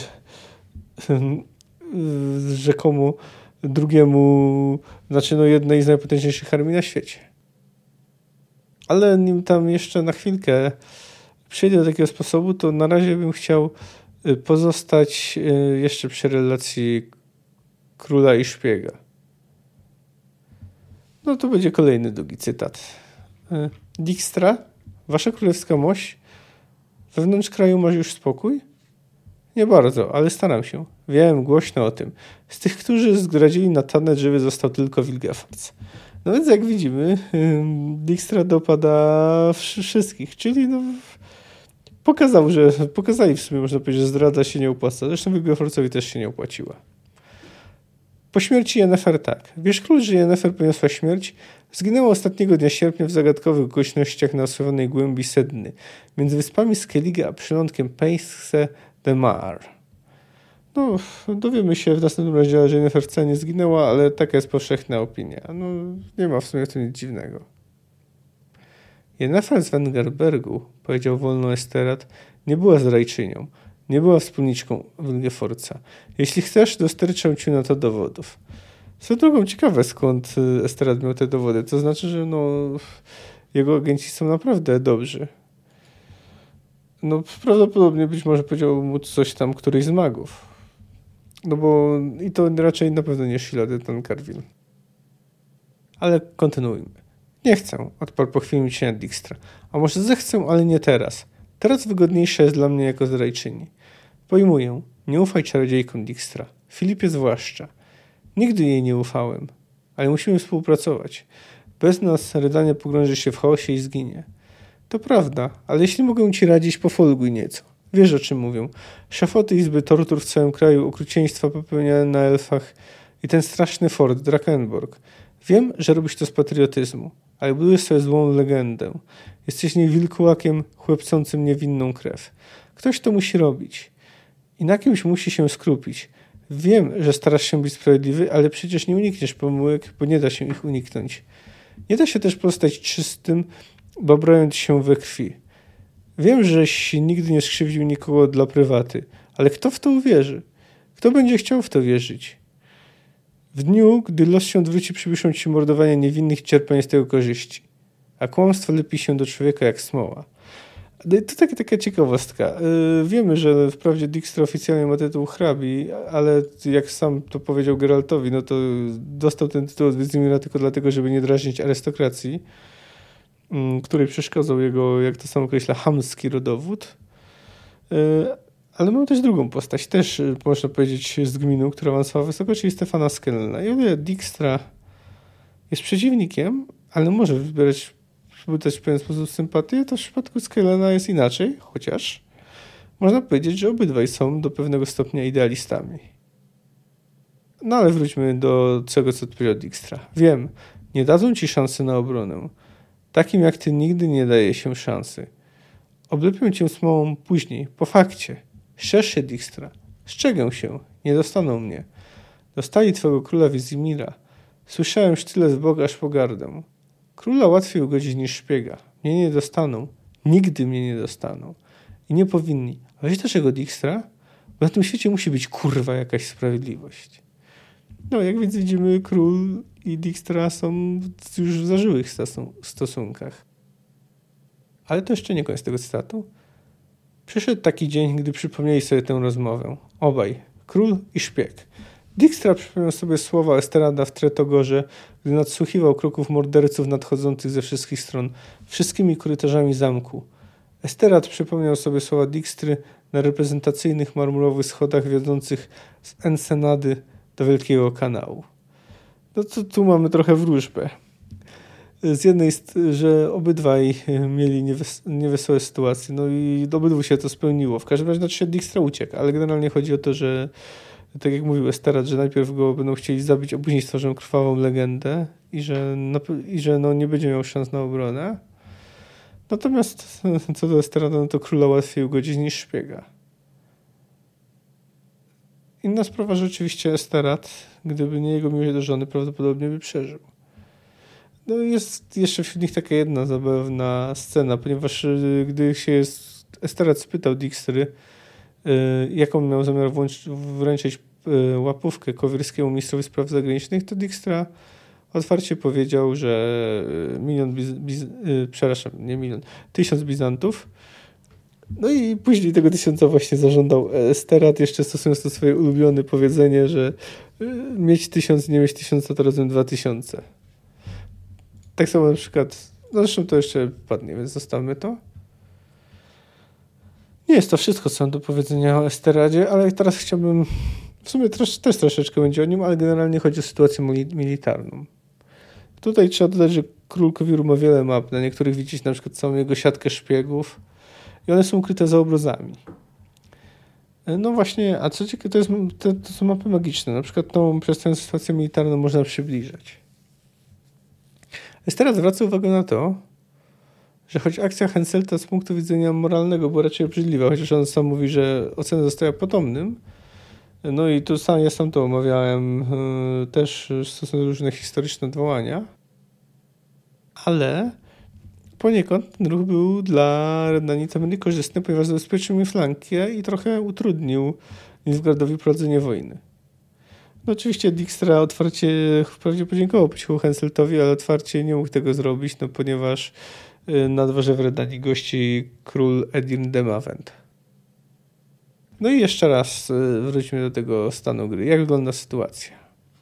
yy, rzekomo drugiemu, znaczy no jednej z najpotężniejszych armii na świecie. Ale nim tam jeszcze na chwilkę przejdę do takiego sposobu, to na razie bym chciał pozostać yy, jeszcze przy relacji króla i szpiega. No to będzie kolejny długi cytat. Dijkstra, wasza królewska mość, wewnątrz kraju masz już spokój? Nie bardzo, ale staram się. Wiem, głośno o tym. Z tych, którzy zdradzili na Tannet, żywy został tylko Wilgefortz. No więc jak widzimy, Dijkstra dopada wszystkich, czyli no pokazał, że pokazali w sumie, można powiedzieć, że zdrada się nie opłaca. Zresztą Wilgefortzowi też się nie opłaciła. Po śmierci Yennefer tak. Wiesz, król, że Yennefer poniosła śmierć? Zginęła ostatniego dnia sierpnia w zagadkowych okolicznościach na osławionej głębi Sedny, między wyspami Skellige a przylądkiem Pays de Mar. No, dowiemy się w następnym rozdziale, że Yennefer wcale nie zginęła, ale taka jest powszechna opinia. No, nie ma w sumie w tym nic dziwnego. Yennefer z Wengerbergu, powiedział wolno Esterat, nie była zdrajczynią. Nie była wspólniczką Wilgefortza. Jeśli chcesz, dostarczam ci na to dowodów. Co drugą ciekawe, skąd Esterat miał te dowody. To znaczy, że no, jego agenci są naprawdę dobrzy. No, prawdopodobnie być może powiedział mu coś tam któryś z magów. No bo i to raczej na pewno nie Sheila de Tancarville. Ale kontynuujmy. Nie chcę, odparł po chwili milczenia Dijkstra. A może zechcę, ale nie teraz. Teraz wygodniejsza jest dla mnie jako zdrajczyni. Pojmuję, nie ufaj czarodziejkom Dijkstra. Filipie zwłaszcza. Nigdy jej nie ufałem. Ale musimy współpracować. Bez nas Redania pogrąży się w chaosie i zginie. To prawda, ale jeśli mogę ci radzić, pofolguj nieco. Wiesz, o czym mówią. Szafoty izby tortur w całym kraju, okrucieństwa popełniane na elfach i ten straszny fort, Drakenborg. Wiem, że robisz to z patriotyzmu, ale budujesz sobie złą legendę. Jesteś nie wilkołakiem chłepcącym niewinną krew. Ktoś to musi robić. I na kimś musi się skrupić. Wiem, że starasz się być sprawiedliwy, ale przecież nie unikniesz pomyłek, bo nie da się ich uniknąć. Nie da się też pozostać czystym, babrając się we krwi. Wiem, żeś nigdy nie skrzywdził nikogo dla prywaty, ale kto w to uwierzy? Kto będzie chciał w to wierzyć? W dniu, gdy los się odwróci, przypiszą ci mordowania niewinnych i czerpanie z tego korzyści. A kłamstwo lepi się do człowieka jak smoła. To taka, taka ciekawostka. Yy, wiemy, że wprawdzie Dijkstra oficjalnie ma tytuł hrabi, ale jak sam to powiedział Geraltowi, no to dostał ten tytuł od Wizimira tylko dlatego, żeby nie drażnić arystokracji, yy, której przeszkadzał jego, jak to sam określa, chamski rodowód. Yy, ale mamy też drugą postać, też yy, można powiedzieć z gminu, która awansowała wysoko, czyli Stefana Skellna. I o ile Dijkstra jest przeciwnikiem, ale może wybierać wzbudzać w pewien sposób sympatię, to w przypadku Skellna jest inaczej, chociaż można powiedzieć, że obydwaj są do pewnego stopnia idealistami. No ale wróćmy do tego, co odpowiedział Dijkstra. Wiem, nie dadzą ci szansy na obronę. Takim jak ty nigdy nie daje się szansy. Oblepią cię smołą później, po fakcie. Strzeż się, Dijkstra. Strzegę się, nie dostaną mnie. Dostali twego króla Wizimira. Słyszałem sztyle z Boga aż pogardę. Króla łatwiej ugodzić niż szpiega. Mnie nie dostaną. Nigdy mnie nie dostaną. I nie powinni. A wiesz dlaczego, Dijkstra? Bo na tym świecie musi być kurwa jakaś sprawiedliwość. No, jak więc widzimy, król i Dijkstra są już w zażyłych stosunkach. Ale to jeszcze nie koniec tego cytatu. Przyszedł taki dzień, gdy przypomnieli sobie tę rozmowę. Obaj, król i szpieg. Dijkstra przypomniał sobie słowa Esterada w Tretogorze, gdy nadsłuchiwał kroków morderców nadchodzących ze wszystkich stron, wszystkimi korytarzami zamku. Esterad przypomniał sobie słowa Dijkstry na reprezentacyjnych marmurowych schodach wiodących z Ensenady do Wielkiego Kanału. No to tu mamy trochę wróżbę. Z jednej strony, że obydwaj mieli niewes- niewesołe sytuacje, no i do obydwu się to spełniło. W każdym razie znaczy Dijkstra uciekł, ale generalnie chodzi o to, że tak jak mówił Esterat, że najpierw go będą chcieli zabić, a później stworzą krwawą legendę i że, no, i że no, nie będzie miał szans na obronę. Natomiast co do Esterada, no to króla łatwiej ugodzić niż szpiega. Inna sprawa, że oczywiście Esterat, gdyby nie jego miłość do żony, prawdopodobnie by przeżył. No jest jeszcze wśród nich taka jedna zabawna scena, ponieważ gdy się Esterat spytał Dijkstry, jaką miał zamiar włącz- wręczyć łapówkę kowirskiemu ministrowi spraw zagranicznych, to Dijkstra otwarcie powiedział, że milion, biz- biz- przepraszam, nie milion, tysiąc bizantów. No i później tego tysiąca właśnie zażądał Esterat, jeszcze stosując to swoje ulubione powiedzenie, że mieć tysiąc, nie mieć tysiąca to razem dwa tysiące. Tak samo na przykład, no zresztą to jeszcze padnie, więc zostawmy to. Nie jest to wszystko, co mam do powiedzenia o Esteradzie, ale teraz chciałbym, w sumie też, też troszeczkę będzie o nim, ale generalnie chodzi o sytuację militarną. Tutaj trzeba dodać, że król Kowiru ma wiele map, na niektórych widzicie na przykład całą jego siatkę szpiegów i one są ukryte za obrozami. No właśnie, a co ciekawe, to, jest, to, to są mapy magiczne, na przykład tą przez tę sytuację militarną można przybliżać. Esterat zwraca uwagę na to, że choć akcja Henselta z punktu widzenia moralnego była raczej obrzydliwa, chociaż on sam mówi, że ocena została potomnym, No i tu sam, ja sam to omawiałem yy, też stosunek różne historyczne odwołania, ale poniekąd ten ruch był dla Redanii Temerii korzystny, ponieważ zabezpieczył mi flankę i trochę utrudnił Nilfgaardowi prowadzenie wojny. No oczywiście Dijkstra otwarcie wprawdzie podziękował po cichu Henseltowi, ale otwarcie nie mógł tego zrobić, no ponieważ na dworze w Redanii gości król Edirn Demawend. No i jeszcze raz wróćmy do tego stanu gry. Jak wygląda sytuacja?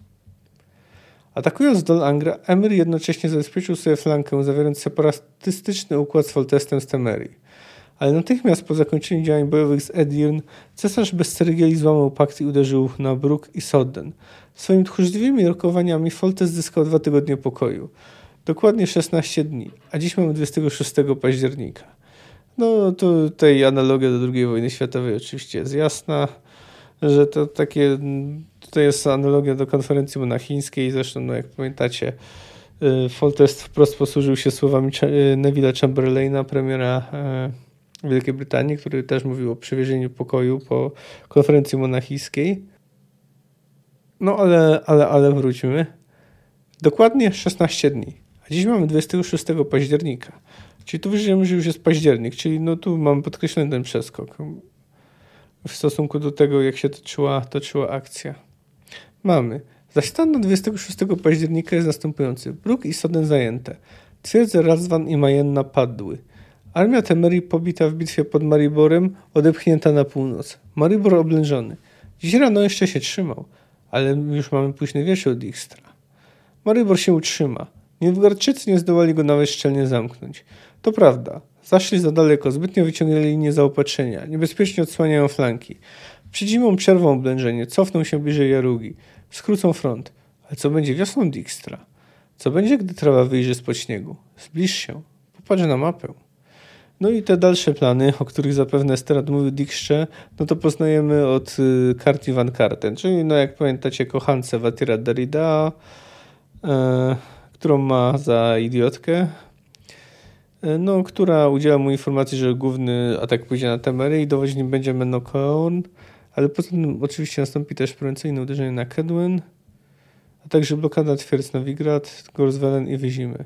Atakując Dol Angra, Emir jednocześnie zabezpieczył sobie flankę, zawierając separatystyczny układ z Foltestem z Temerii. Ale natychmiast po zakończeniu działań bojowych z Edirn, cesarz bez ceregieli złamał pakt i uderzył na Bruk i Sodden. Swoimi tchórzliwymi rokowaniami Foltest zyskał dwa tygodnie pokoju. Dokładnie szesnaście dni, a dziś mamy dwudziestego szóstego października. No to tutaj analogia do drugiej wojny światowej oczywiście jest jasna, że to takie, tutaj jest analogia do konferencji monachińskiej, zresztą no jak pamiętacie, Foltest wprost posłużył się słowami Neville'a Chamberlaina, premiera Wielkiej Brytanii, który też mówił o przywiezieniu pokoju po konferencji monachińskiej. No ale, ale, ale wróćmy. Dokładnie szesnaście dni. A dziś mamy dwudziestego szóstego października. Czyli tu widzimy, że już jest październik, czyli no tu mam podkreślony ten przeskok w stosunku do tego, jak się toczyła, toczyła akcja. Mamy. Zaś stan na dwudziestego szóstego października jest następujący. Bruk i Sodden zajęte. Twierdze Razvan i Majenna padły. Armia Temerii pobita w bitwie pod Mariborem, odepchnięta na północ. Maribor oblężony. Dziś rano jeszcze się trzymał, ale już mamy późny wieczór Dijkstra. Maribor się utrzyma. Nilfgaardczycy nie zdołali go nawet szczelnie zamknąć. To prawda. Zaszli za daleko, zbytnio wyciągnęli linię zaopatrzenia. Niebezpiecznie odsłaniają flanki. Przed zimą przerwą oblężenie, cofną się bliżej Jarugi. Skrócą front. Ale co będzie wiosną Dijkstra? Co będzie, gdy trawa wyjrzy spod śniegu? Zbliż się. Popatrz na mapę. No i te dalsze plany, o których zapewne Sterad mówił Dijkstrze, no to poznajemy od y, Karti van Karten, czyli no jak pamiętacie kochance Vatira Derrida, y, którą ma za idiotkę, y, no która udziela mu informacji, że główny atak pójdzie na Temerię i dowodzić nim będzie Mennocaorn, ale potem oczywiście nastąpi też prewencyjne uderzenie na Kedwen, a także blokada twierdz Novigrad, Gorswellen i Wyzimy.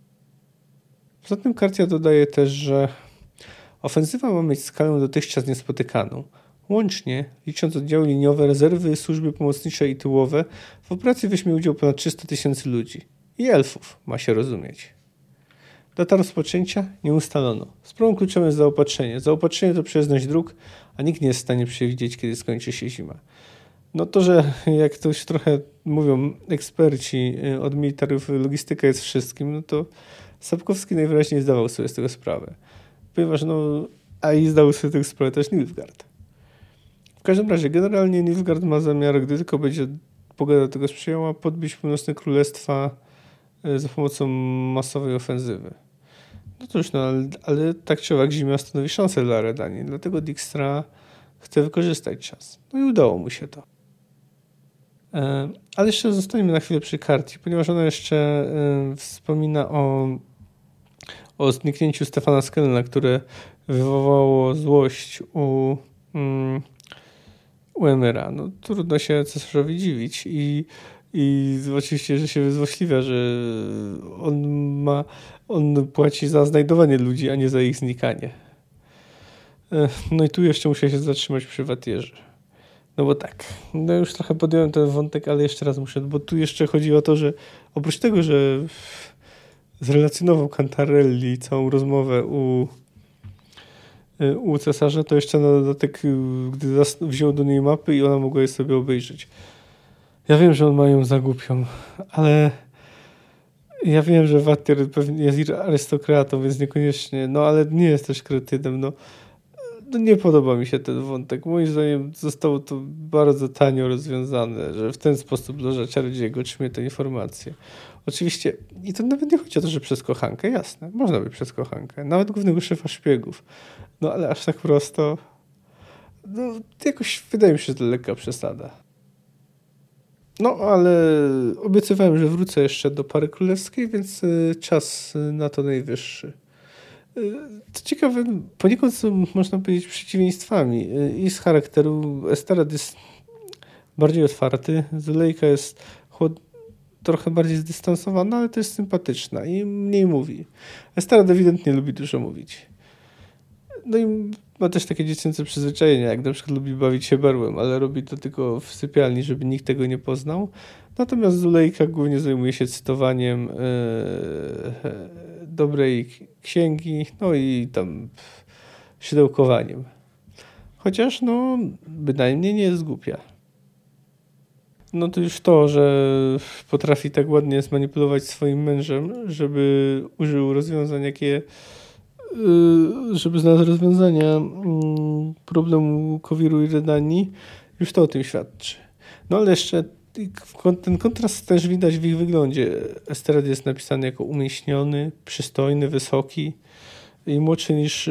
Poza tym Kartia dodaje też, że ofensywa ma mieć skalę dotychczas niespotykaną. Łącznie, licząc oddziały liniowe, rezerwy, służby pomocnicze i tyłowe, w operacji weźmie udział ponad trzysta tysięcy ludzi. I elfów, ma się rozumieć. Data rozpoczęcia nie ustalono. Sprawą kluczową jest zaopatrzenie. Zaopatrzenie to przejezdność dróg, a nikt nie jest w stanie przewidzieć, kiedy skończy się zima. No to, że jak to już trochę mówią eksperci od militariów, logistyka jest wszystkim, no to Sapkowski najwyraźniej zdawał sobie z tego sprawę. Ponieważ no, a i zdał sobie z tego sprawę też Nilfgaard. W każdym razie, generalnie Nilfgaard ma zamiar, gdy tylko będzie pogoda tego sprzyjała, podbić północne królestwa za pomocą masowej ofensywy. No cóż, no, ale, ale tak czy owak zima stanowi szansę dla Redanii, dlatego Dijkstra chce wykorzystać czas. No i udało mu się to. E, ale jeszcze zostaniemy na chwilę przy Kartii, ponieważ ona jeszcze e, wspomina o, o zniknięciu Stefana Skellna, które wywołało złość u, um, u Emyra. No trudno się cesarzowi dziwić i I oczywiście, że się złośliwia, że on ma, on płaci za znajdowanie ludzi, a nie za ich znikanie. No i tu jeszcze muszę się zatrzymać przy Watierze. No bo tak, no już trochę podjąłem ten wątek, ale jeszcze raz muszę, bo tu jeszcze chodzi o to, że oprócz tego, że zrelacjonował Cantarelli całą rozmowę u, u cesarza, to jeszcze na dodatek, gdy wziął do niej mapy i ona mogła je sobie obejrzeć. Ja wiem, że on ma ją za głupią, ale ja wiem, że Watier pewnie jest arystokratą, więc niekoniecznie, no ale nie jest też kretynem, no. No nie podoba mi się ten wątek. Moim zdaniem zostało to bardzo tanio rozwiązane, że w ten sposób Loża Czarodziejego otrzymuje te informacje. Oczywiście, i to nawet nie chodzi o to, że przez kochankę, jasne, można by przez kochankę, nawet głównego szefa szpiegów, no ale aż tak prosto, no jakoś wydaje mi się, że to lekka przesada. No, ale obiecywałem, że wrócę jeszcze do Pary Królewskiej, więc czas na to najwyższy. Co ciekawe, poniekąd są, można powiedzieć, przeciwieństwami. I z charakteru Esterad jest bardziej otwarty. Zulejka jest chłod... trochę bardziej zdystansowana, ale też sympatyczna i mniej mówi. Estrad ewidentnie lubi dużo mówić. No i ma też takie dziecięce przyzwyczajenia, jak na przykład lubi bawić się berłem, ale robi to tylko w sypialni, żeby nikt tego nie poznał. Natomiast Zulejka głównie zajmuje się cytowaniem yy, dobrej księgi, no i tam szydełkowaniem. Chociaż no bynajmniej nie jest głupia. No to już to, że potrafi tak ładnie zmanipulować swoim mężem, żeby użył rozwiązań, jakie żeby znaleźć rozwiązania problemu Kowiru i Redanii, już to o tym świadczy. No ale jeszcze ten kontrast też widać w ich wyglądzie. Esterad jest napisany jako umieśniony, przystojny, wysoki i młodszy niż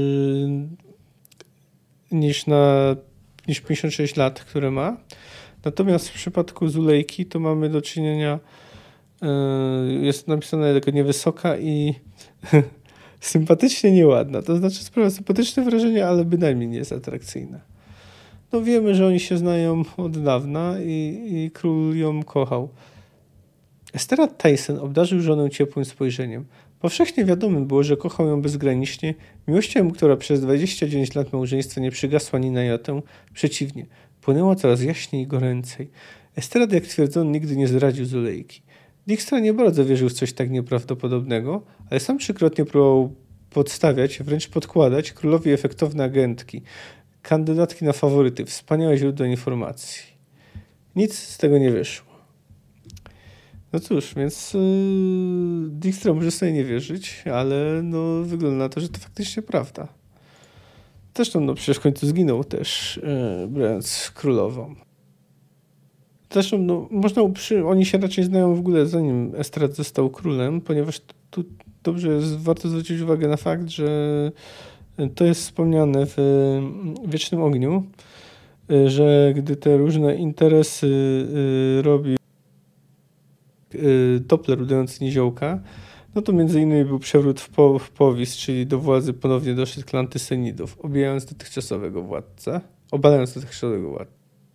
niż na niż pięćdziesiąt sześć lat, które ma. Natomiast w przypadku Zulejki to mamy do czynienia jest napisane jako niewysoka i sympatycznie nieładna. To znaczy sprawia sympatyczne wrażenie, ale bynajmniej nie jest atrakcyjna. No wiemy, że oni się znają od dawna i, i król ją kochał. Esterad Tyson obdarzył żonę ciepłym spojrzeniem. Powszechnie wiadomym było, że kochał ją bezgranicznie, miłością, która przez dwadzieścia dziewięć lat małżeństwa nie przygasła ni na jotę. Przeciwnie, płynęła coraz jaśniej i goręcej. Esterad, jak twierdzono, nigdy nie zdradził Zulejki. Dijkstra nie bardzo wierzył w coś tak nieprawdopodobnego, ale sam trzykrotnie próbował podstawiać, wręcz podkładać królowi efektowne agentki, kandydatki na faworyty, wspaniałe źródło informacji. Nic z tego nie wyszło. No cóż, więc yy, Dijkstra może sobie nie wierzyć, ale no, wygląda na to, że to faktycznie prawda. Zresztą no, przecież w końcu zginął też, yy, brając królową. Zresztą no, można uprzy... oni się raczej znają w ogóle zanim Estrad został królem, ponieważ tu dobrze jest, warto zwrócić uwagę na fakt, że to jest wspomniane w Wiecznym Ogniu, że gdy te różne interesy robi Doppler udający Niziołka, no to między innymi był przewrót w, po, w powis, czyli do władzy ponownie doszedł klan Tysenidów, obijając dotychczasowego władcę, obalając dotychczasowego władcę.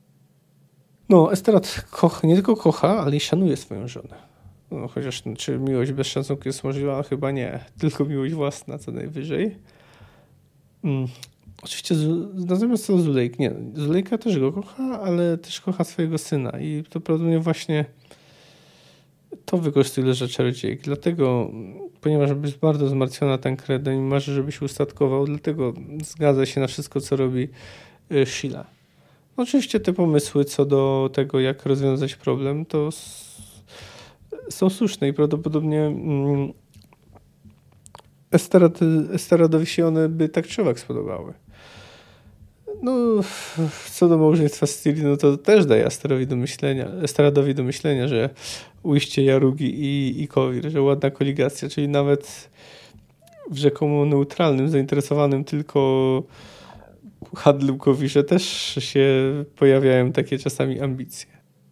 No, Esterad kocha, nie tylko kocha, ale i szanuje swoją żonę. No, chociaż no, czy miłość bez szacunku jest możliwa? Chyba nie. Tylko miłość własna co najwyżej. Hmm. Oczywiście z, natomiast co Zulejk? Nie, Zulejka też go kocha, ale też kocha swojego syna i to prawdopodobnie właśnie to wykorzystuje Leża Czarodziejki. Dlatego, ponieważ jest bardzo zmartwiona Tancredem i marzy, żeby się ustatkował, dlatego zgadza się na wszystko, co robi y, Sheila. Oczywiście te pomysły co do tego, jak rozwiązać problem, to s- są słuszne i prawdopodobnie mm, Esterad, Esteradowi się one by tak czy owak spodobały. No, co do małżeństwa z Ciri, no to też daje Esterowi do myślenia, Esteradowi do myślenia, że ujście Jarugi i, i Kowir, że ładna koligacja, czyli nawet w rzekomo neutralnym, zainteresowanym tylko handlem Kowirze też się pojawiają takie czasami ambicje.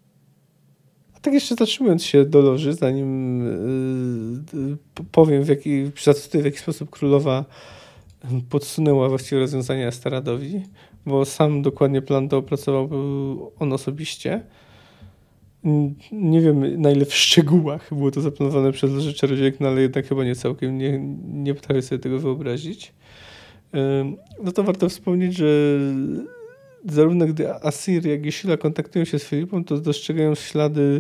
A tak jeszcze zatrzymując się do loży, zanim yy, powiem w jaki, w jaki sposób królowa podsunęła właściwe rozwiązania Esteradowi, bo sam dokładnie plan to opracował on osobiście. Nie wiem na ile w szczegółach było to zaplanowane przez Lożę Czarodziejek, no ale jednak chyba nie całkiem, nie, nie potrafię sobie tego wyobrazić. No to warto wspomnieć, że zarówno gdy Asir, jak i Sheila kontaktują się z Filipą, to dostrzegają ślady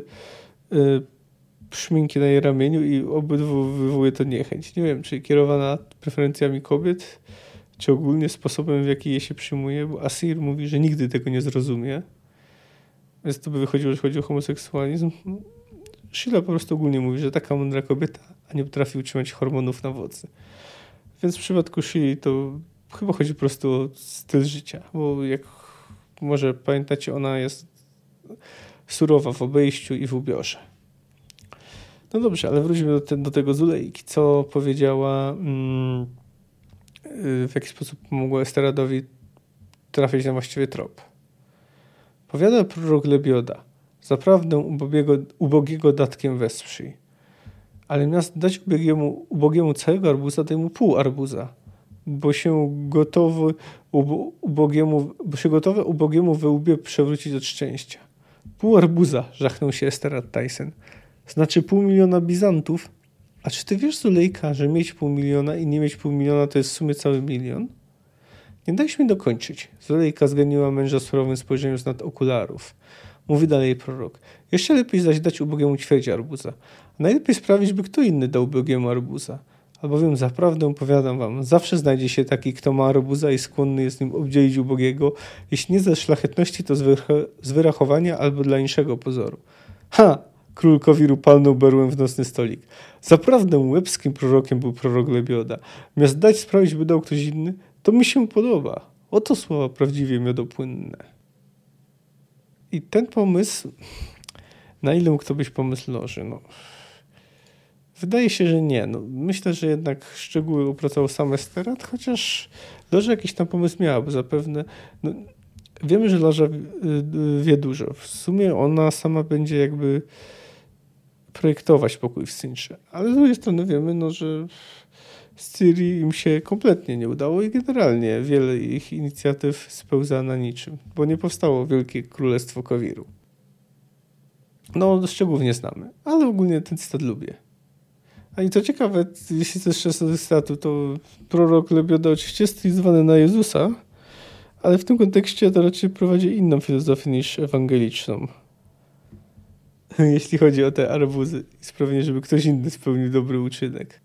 szminki na jej ramieniu i obydwu wywołuje to niechęć. Nie wiem, czy kierowana preferencjami kobiet, czy ogólnie sposobem, w jaki je się przyjmuje, bo Asir mówi, że nigdy tego nie zrozumie. Więc to by wychodziło, że chodzi o homoseksualizm. Sheila po prostu ogólnie mówi, że taka mądra kobieta, a nie potrafi utrzymać hormonów na wodzy. Więc w przypadku Sheili to chyba chodzi po prostu o styl życia, bo jak może pamiętacie, ona jest surowa w obejściu i w ubiorze. No dobrze, ale wróćmy do, te, do tego Zulejki. Co powiedziała, mm, w jaki sposób pomogła Esteradowi trafić na właściwy trop. Powiada prorok Lebioda, zaprawdę ubogiego, ubogiego datkiem wesprzyj, ale zamiast dać ubogiemu, ubogiemu całego arbuza, daj mu pół arbuza, bo się gotowy ub- ubogiemu, bo się gotowe ubogiemu we łbie przewrócić od szczęścia. Pół arbuza, żachnął się Esterat Tyson. Znaczy pół miliona bizantów? A czy ty wiesz, Zulejka, że mieć pół miliona i nie mieć pół miliona to jest w sumie cały milion? Nie dajś mi dokończyć. Zulejka zganiła męża surowym spojrzeniem z nad okularów. Mówi dalej prorok. Jeszcze lepiej zaś dać ubogiemu ćwierć arbuza. A najlepiej sprawić, by kto inny dał ubogiemu arbuza. Albowiem zaprawdę powiadam wam, zawsze znajdzie się taki, kto ma arbuza i skłonny jest nim obdzielić ubogiego, jeśli nie ze szlachetności, to z, wyra- z wyrachowania albo dla inszego pozoru. Ha! Król Kowiru palnął berłem w nocny stolik. Zaprawdę łebskim prorokiem był prorok Lebioda. Miast dać sprawić, by dał ktoś inny, to mi się podoba. Oto słowa prawdziwie miodopłynne. I ten pomysł, na ile mógł to być pomysł loży? No, wydaje się, że nie. No, myślę, że jednak szczegóły opracował sam Esterat, chociaż loża jakiś tam pomysł miała, bo zapewne no, wiemy, że loża wie dużo. W sumie ona sama będzie jakby projektować pokój w Cintrze. Ale z drugiej strony wiemy, no, że z Ciri im się kompletnie nie udało i generalnie wiele ich inicjatyw spełza na niczym, bo nie powstało Wielkie Królestwo Kowiru. No, szczegółów nie znamy, ale ogólnie ten cytat lubię. A i to ciekawe, jeśli to jest szesnasty cytatu, to prorok Lebioda oczywiście jest stylizowany na Jezusa, ale w tym kontekście to raczej prowadzi inną filozofię niż ewangeliczną. Jeśli chodzi o te arbuzy i sprawienie, żeby ktoś inny spełnił dobry uczynek.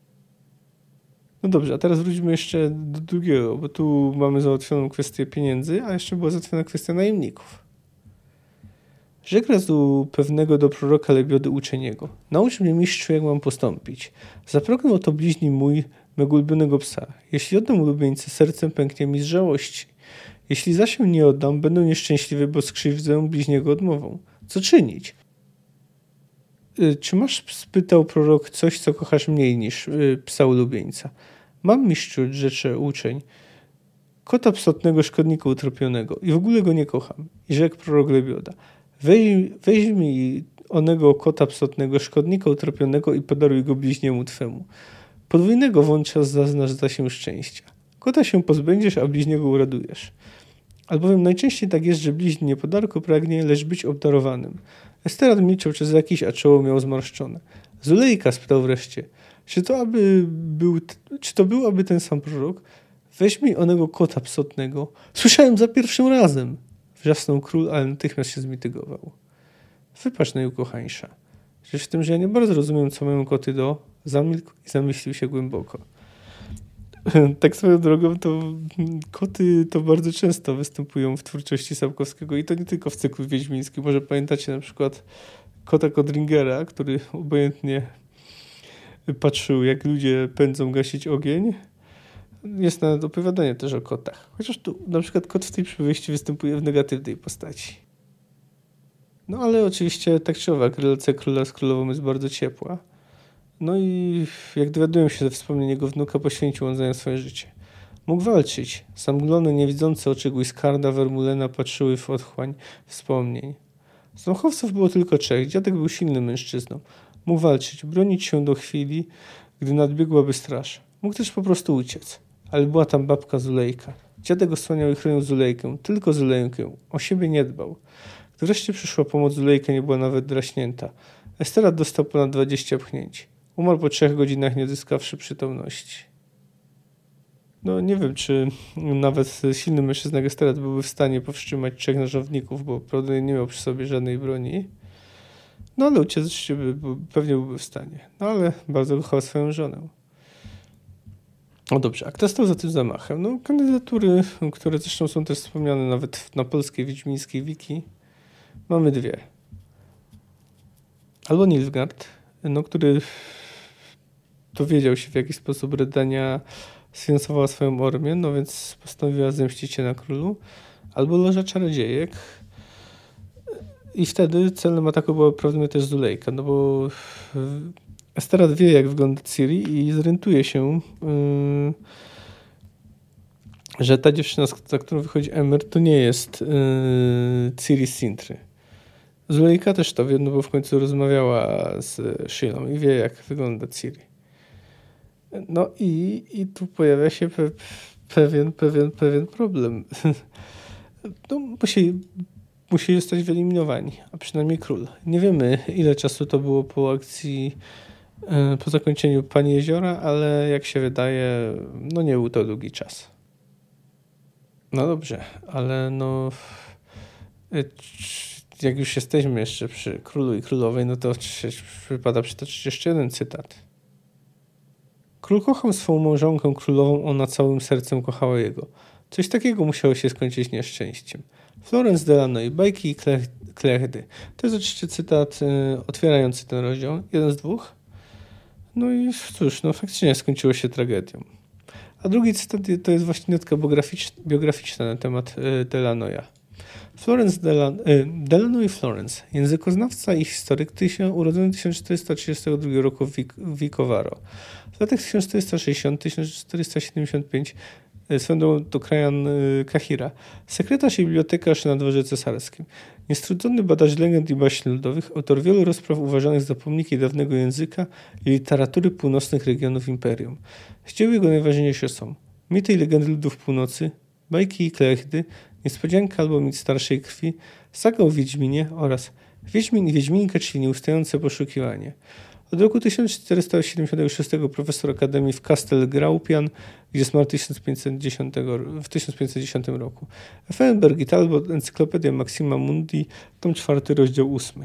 No dobrze, a teraz wróćmy jeszcze do drugiego, bo tu mamy załatwioną kwestię pieniędzy, a jeszcze była załatwiona kwestia najemników. Rzekł raz u pewnego do proroka Lebiody uczeniego. Naucz mnie, mistrzu, jak mam postąpić. Zapragnął oto bliźni mój, mego ulubionego psa. Jeśli oddam ulubieńcę, sercem pęknie mi z żałości. Jeśli zaś się nie oddam, będę nieszczęśliwy, bo skrzywdzę bliźniego odmową. Co czynić? Y, czy masz, spytał prorok, coś, co kochasz mniej niż y, psa ulubieńca? Mam, mistrzu, rzecze uczeń, kota psotnego szkodnika utropionego i w ogóle go nie kocham. I rzekł prorok Lebioda. Weź, weźmij onego kota psotnego szkodnika utropionego i podaruj go bliźniemu twemu. Podwójnego wówczas zaznasz za się szczęścia. Kota się pozbędziesz, a bliźniego uradujesz. Albowiem najczęściej tak jest, że bliźni nie podarku pragnie, lecz być obdarowanym. Esterat milczał przez jakiś, a czoło miał zmarszczone. Zulejka spytał wreszcie, czy to, aby był, czy to był aby ten sam prorok? Weźmij onego kota psotnego. Słyszałem za pierwszym razem. Wrzasnął król, ale natychmiast się zmitygował. Wypatrz, najukochańsza. Rzecz w tym, że ja nie bardzo rozumiem, co mają koty do... Zamilkł i zamyślił się głęboko. Tak swoją drogą, to koty to bardzo często występują w twórczości Sapkowskiego i to nie tylko w cyklu wiedźmińskim. Może pamiętacie na przykład kota Kodringera, który obojętnie patrzył, jak ludzie pędzą gasić ogień. Jest nawet opowiadanie też o kotach. Chociaż tu na przykład kot w tej przypowieści występuje w negatywnej postaci. No ale oczywiście tak czy owak relacja króla z królową jest bardzo ciepła. No i jak dowiadują się ze wspomnień jego wnuka, poświęcił on za nią swoje życie. Mógł walczyć. Zamglone, niewidzące oczy Guiscarda, Vermulena patrzyły w otchłań wspomnień. Zamachowców było tylko trzech. Dziadek był silnym mężczyzną. Mógł walczyć, bronić się do chwili, gdy nadbiegłaby straż. Mógł też po prostu uciec. Ale była tam babka Zulejka. Dziadek osłaniał i chronił Zulejkę, tylko Zulejkę. O siebie nie dbał. Gdy wreszcie przyszła pomoc, Zulejka nie była nawet draśnięta. Esterat dostał ponad dwadzieścia pchnięć. Umarł po trzech godzinach, nie zyskawszy przytomności. No nie wiem, czy nawet silny mężczyzna jak Esterat byłby w stanie powstrzymać trzech nożowników, bo prawdopodobnie nie miał przy sobie żadnej broni. No ale uciec by, pewnie byłby w stanie. No ale bardzo kochał swoją żonę. No dobrze, a kto stał za tym zamachem? No kandydatury, które zresztą są też wspomniane nawet na polskiej wiedźmińskiej wiki, mamy dwie. Albo Nilfgaard, no, który dowiedział się, w jaki sposób Redania sfinansowała swoją armię, no więc postanowiła zemścić się na królu, albo Loża Czarodziejek. I wtedy celem ataku była prawdopodobnie też Zulejka, no bo Esterat wie, jak wygląda Ciri i zorientuje się, yy, że ta dziewczyna, za którą wychodzi Emer, to nie jest yy, Ciri z Cintry. Zulejka też to wie, no bo w końcu rozmawiała z Shilą i wie, jak wygląda Ciri. No i, i tu pojawia się pe- pewien, pewien, pewien problem. No, musieli, musieli zostać wyeliminowani, a przynajmniej król. Nie wiemy, ile czasu to było po akcji, po zakończeniu Pani Jeziora, ale jak się wydaje, no nie był to długi czas. No dobrze, ale no jak już jesteśmy jeszcze przy królu i królowej, no to wypada przytoczyć jeszcze jeden cytat. Król kochał swą małżonkę królową, ona całym sercem kochała jego. Coś takiego musiało się skończyć nieszczęściem. Florence Delano, bajki i klechdy. To jest oczywiście cytat y, otwierający ten rozdział, jeden z dwóch. No i cóż, no faktycznie skończyło się tragedią. A drugi cytat to jest właśnie notka biograficzna, biograficzna na temat y, Delanoya. Florence Delano, y, Delano i Florence, językoznawca i historyk, urodzony tysiąc czterysta trzydziestego drugiego roku w Vicovaro. W latach tysiąc czterysta sześćdziesiątym do tysiąc czterysta siedemdziesiątego piątego swoją drogą to krajan y, Kahira, sekretarz i bibliotekarz na dworze cesarskim. Niestrudzony badacz legend i baśni ludowych, autor wielu rozpraw uważanych za pomniki dawnego języka i literatury północnych regionów imperium. Z dzieł jego najważniejsze są mity i legendy ludów północy, bajki i klechdy, niespodzianka albo mit starszej krwi, saga o Wiedźminie oraz Wiedźmin i Wiedźminka, czyli nieustające poszukiwanie. Od roku tysiąc czterysta siedemdziesiątego szóstego profesor akademii w Castel Graupian, gdzie zmarł tysiąc pięćset dziesiątego, w tysiąc pięćset dziesiątym roku. Effenberg i Talbot, Encyklopedia Maxima Mundi, tom czwarty, rozdział ósmy.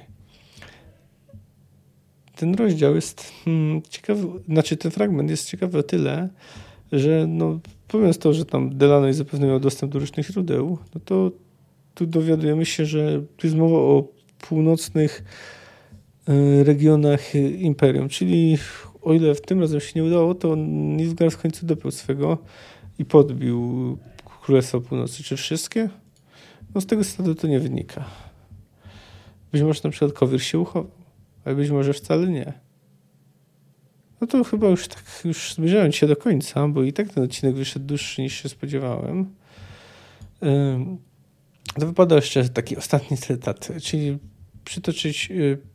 Ten rozdział jest hmm, ciekawy, znaczy ten fragment jest ciekawy o tyle, że no, mówiąc to, że tam Delano zapewne miał dostęp do różnych źródeł, no to tu dowiadujemy się, że tu jest mowa o północnych regionach imperium, czyli o ile w tym razem się nie udało, to Nilfgaard w końcu dopiął swego i podbił Królestwo Północy. Czy wszystkie? No z tego stadu to nie wynika. Być może na przykład Kowir się uchował, ale być może wcale nie. No to chyba już tak, już zbliżając się do końca, bo i tak ten odcinek wyszedł dłuższy niż się spodziewałem. To wypada jeszcze taki ostatni cytat, czyli przytoczyć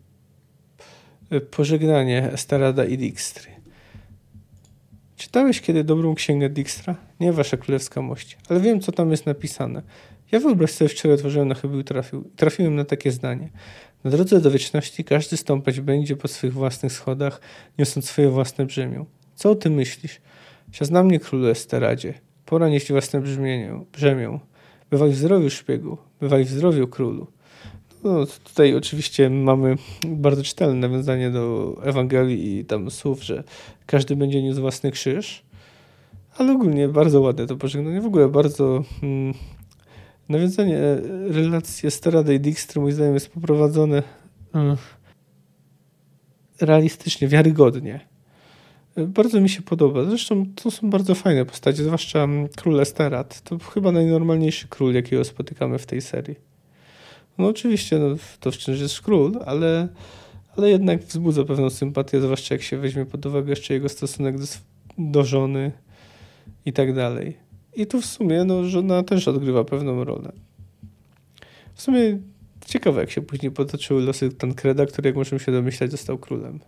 pożegnanie Esterada i Dijkstry. Czytałeś kiedy dobrą księgę Dijkstra? Nie, wasza królewska mość, ale wiem, co tam jest napisane. Ja wyobraź sobie, wczoraj otworzyłem na chybił i trafił. trafiłem na takie zdanie. Na drodze do wieczności każdy stąpać będzie po swych własnych schodach, niosąc swoje własne brzemię. Co o tym myślisz? Siaz na mnie, królu Esteradzie. Pora nieść własne brzmienie, brzemię. Bywaj w zdrowiu, szpiegu. Bywaj w zdrowiu, królu. No, tutaj oczywiście mamy bardzo czytelne nawiązanie do Ewangelii i tam słów, że każdy będzie niósł własny krzyż, ale ogólnie bardzo ładne to pożegnanie. W ogóle bardzo hmm, nawiązanie relacji Esterada i Dijkstry moim zdaniem jest poprowadzone hmm, realistycznie, wiarygodnie. Bardzo mi się podoba. Zresztą to są bardzo fajne postacie, zwłaszcza król Esterad. To chyba najnormalniejszy król, jakiego spotykamy w tej serii. No oczywiście, no, to wciąż jest król, ale, ale jednak wzbudza pewną sympatię, zwłaszcza jak się weźmie pod uwagę jeszcze jego stosunek do, do żony i tak dalej. I tu w sumie no, żona też odgrywa pewną rolę. W sumie ciekawe, jak się później potoczyły losy Tankreda, który, jak możemy się domyślać, został królem.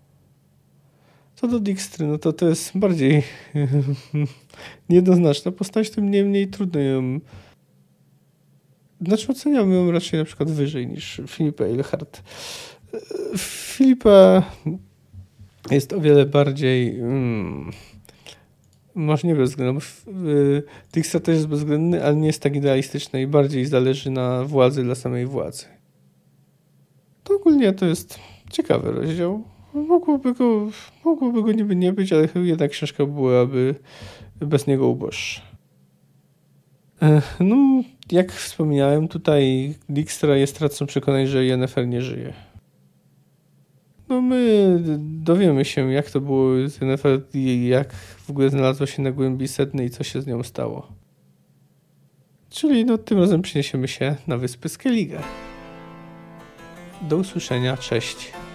Co do Dijkstry, no to to jest bardziej niejednoznaczna postać, tym niemniej trudno ją... Znaczy oceniam ją raczej na przykład wyżej niż Filipa Eilhart. Filipa jest o wiele bardziej hmm, może nie bezwzględny, bo Dijkstra też jest bezwzględny, ale nie jest tak idealistyczny i bardziej zależy na władzy dla samej władzy. To ogólnie to jest ciekawy rozdział. Mogłoby go, mogłoby go niby nie być, ale jednak książka byłaby bez niego uboższa. No, jak wspomniałem, tutaj Dijkstra jest radcą przekonań, że Yennefer nie żyje. No my dowiemy się, jak to było z Yennefer i jak w ogóle znalazła się na głębi Sedny i co się z nią stało. Czyli no tym razem przeniesiemy się na wyspę Skellige. Do usłyszenia, cześć.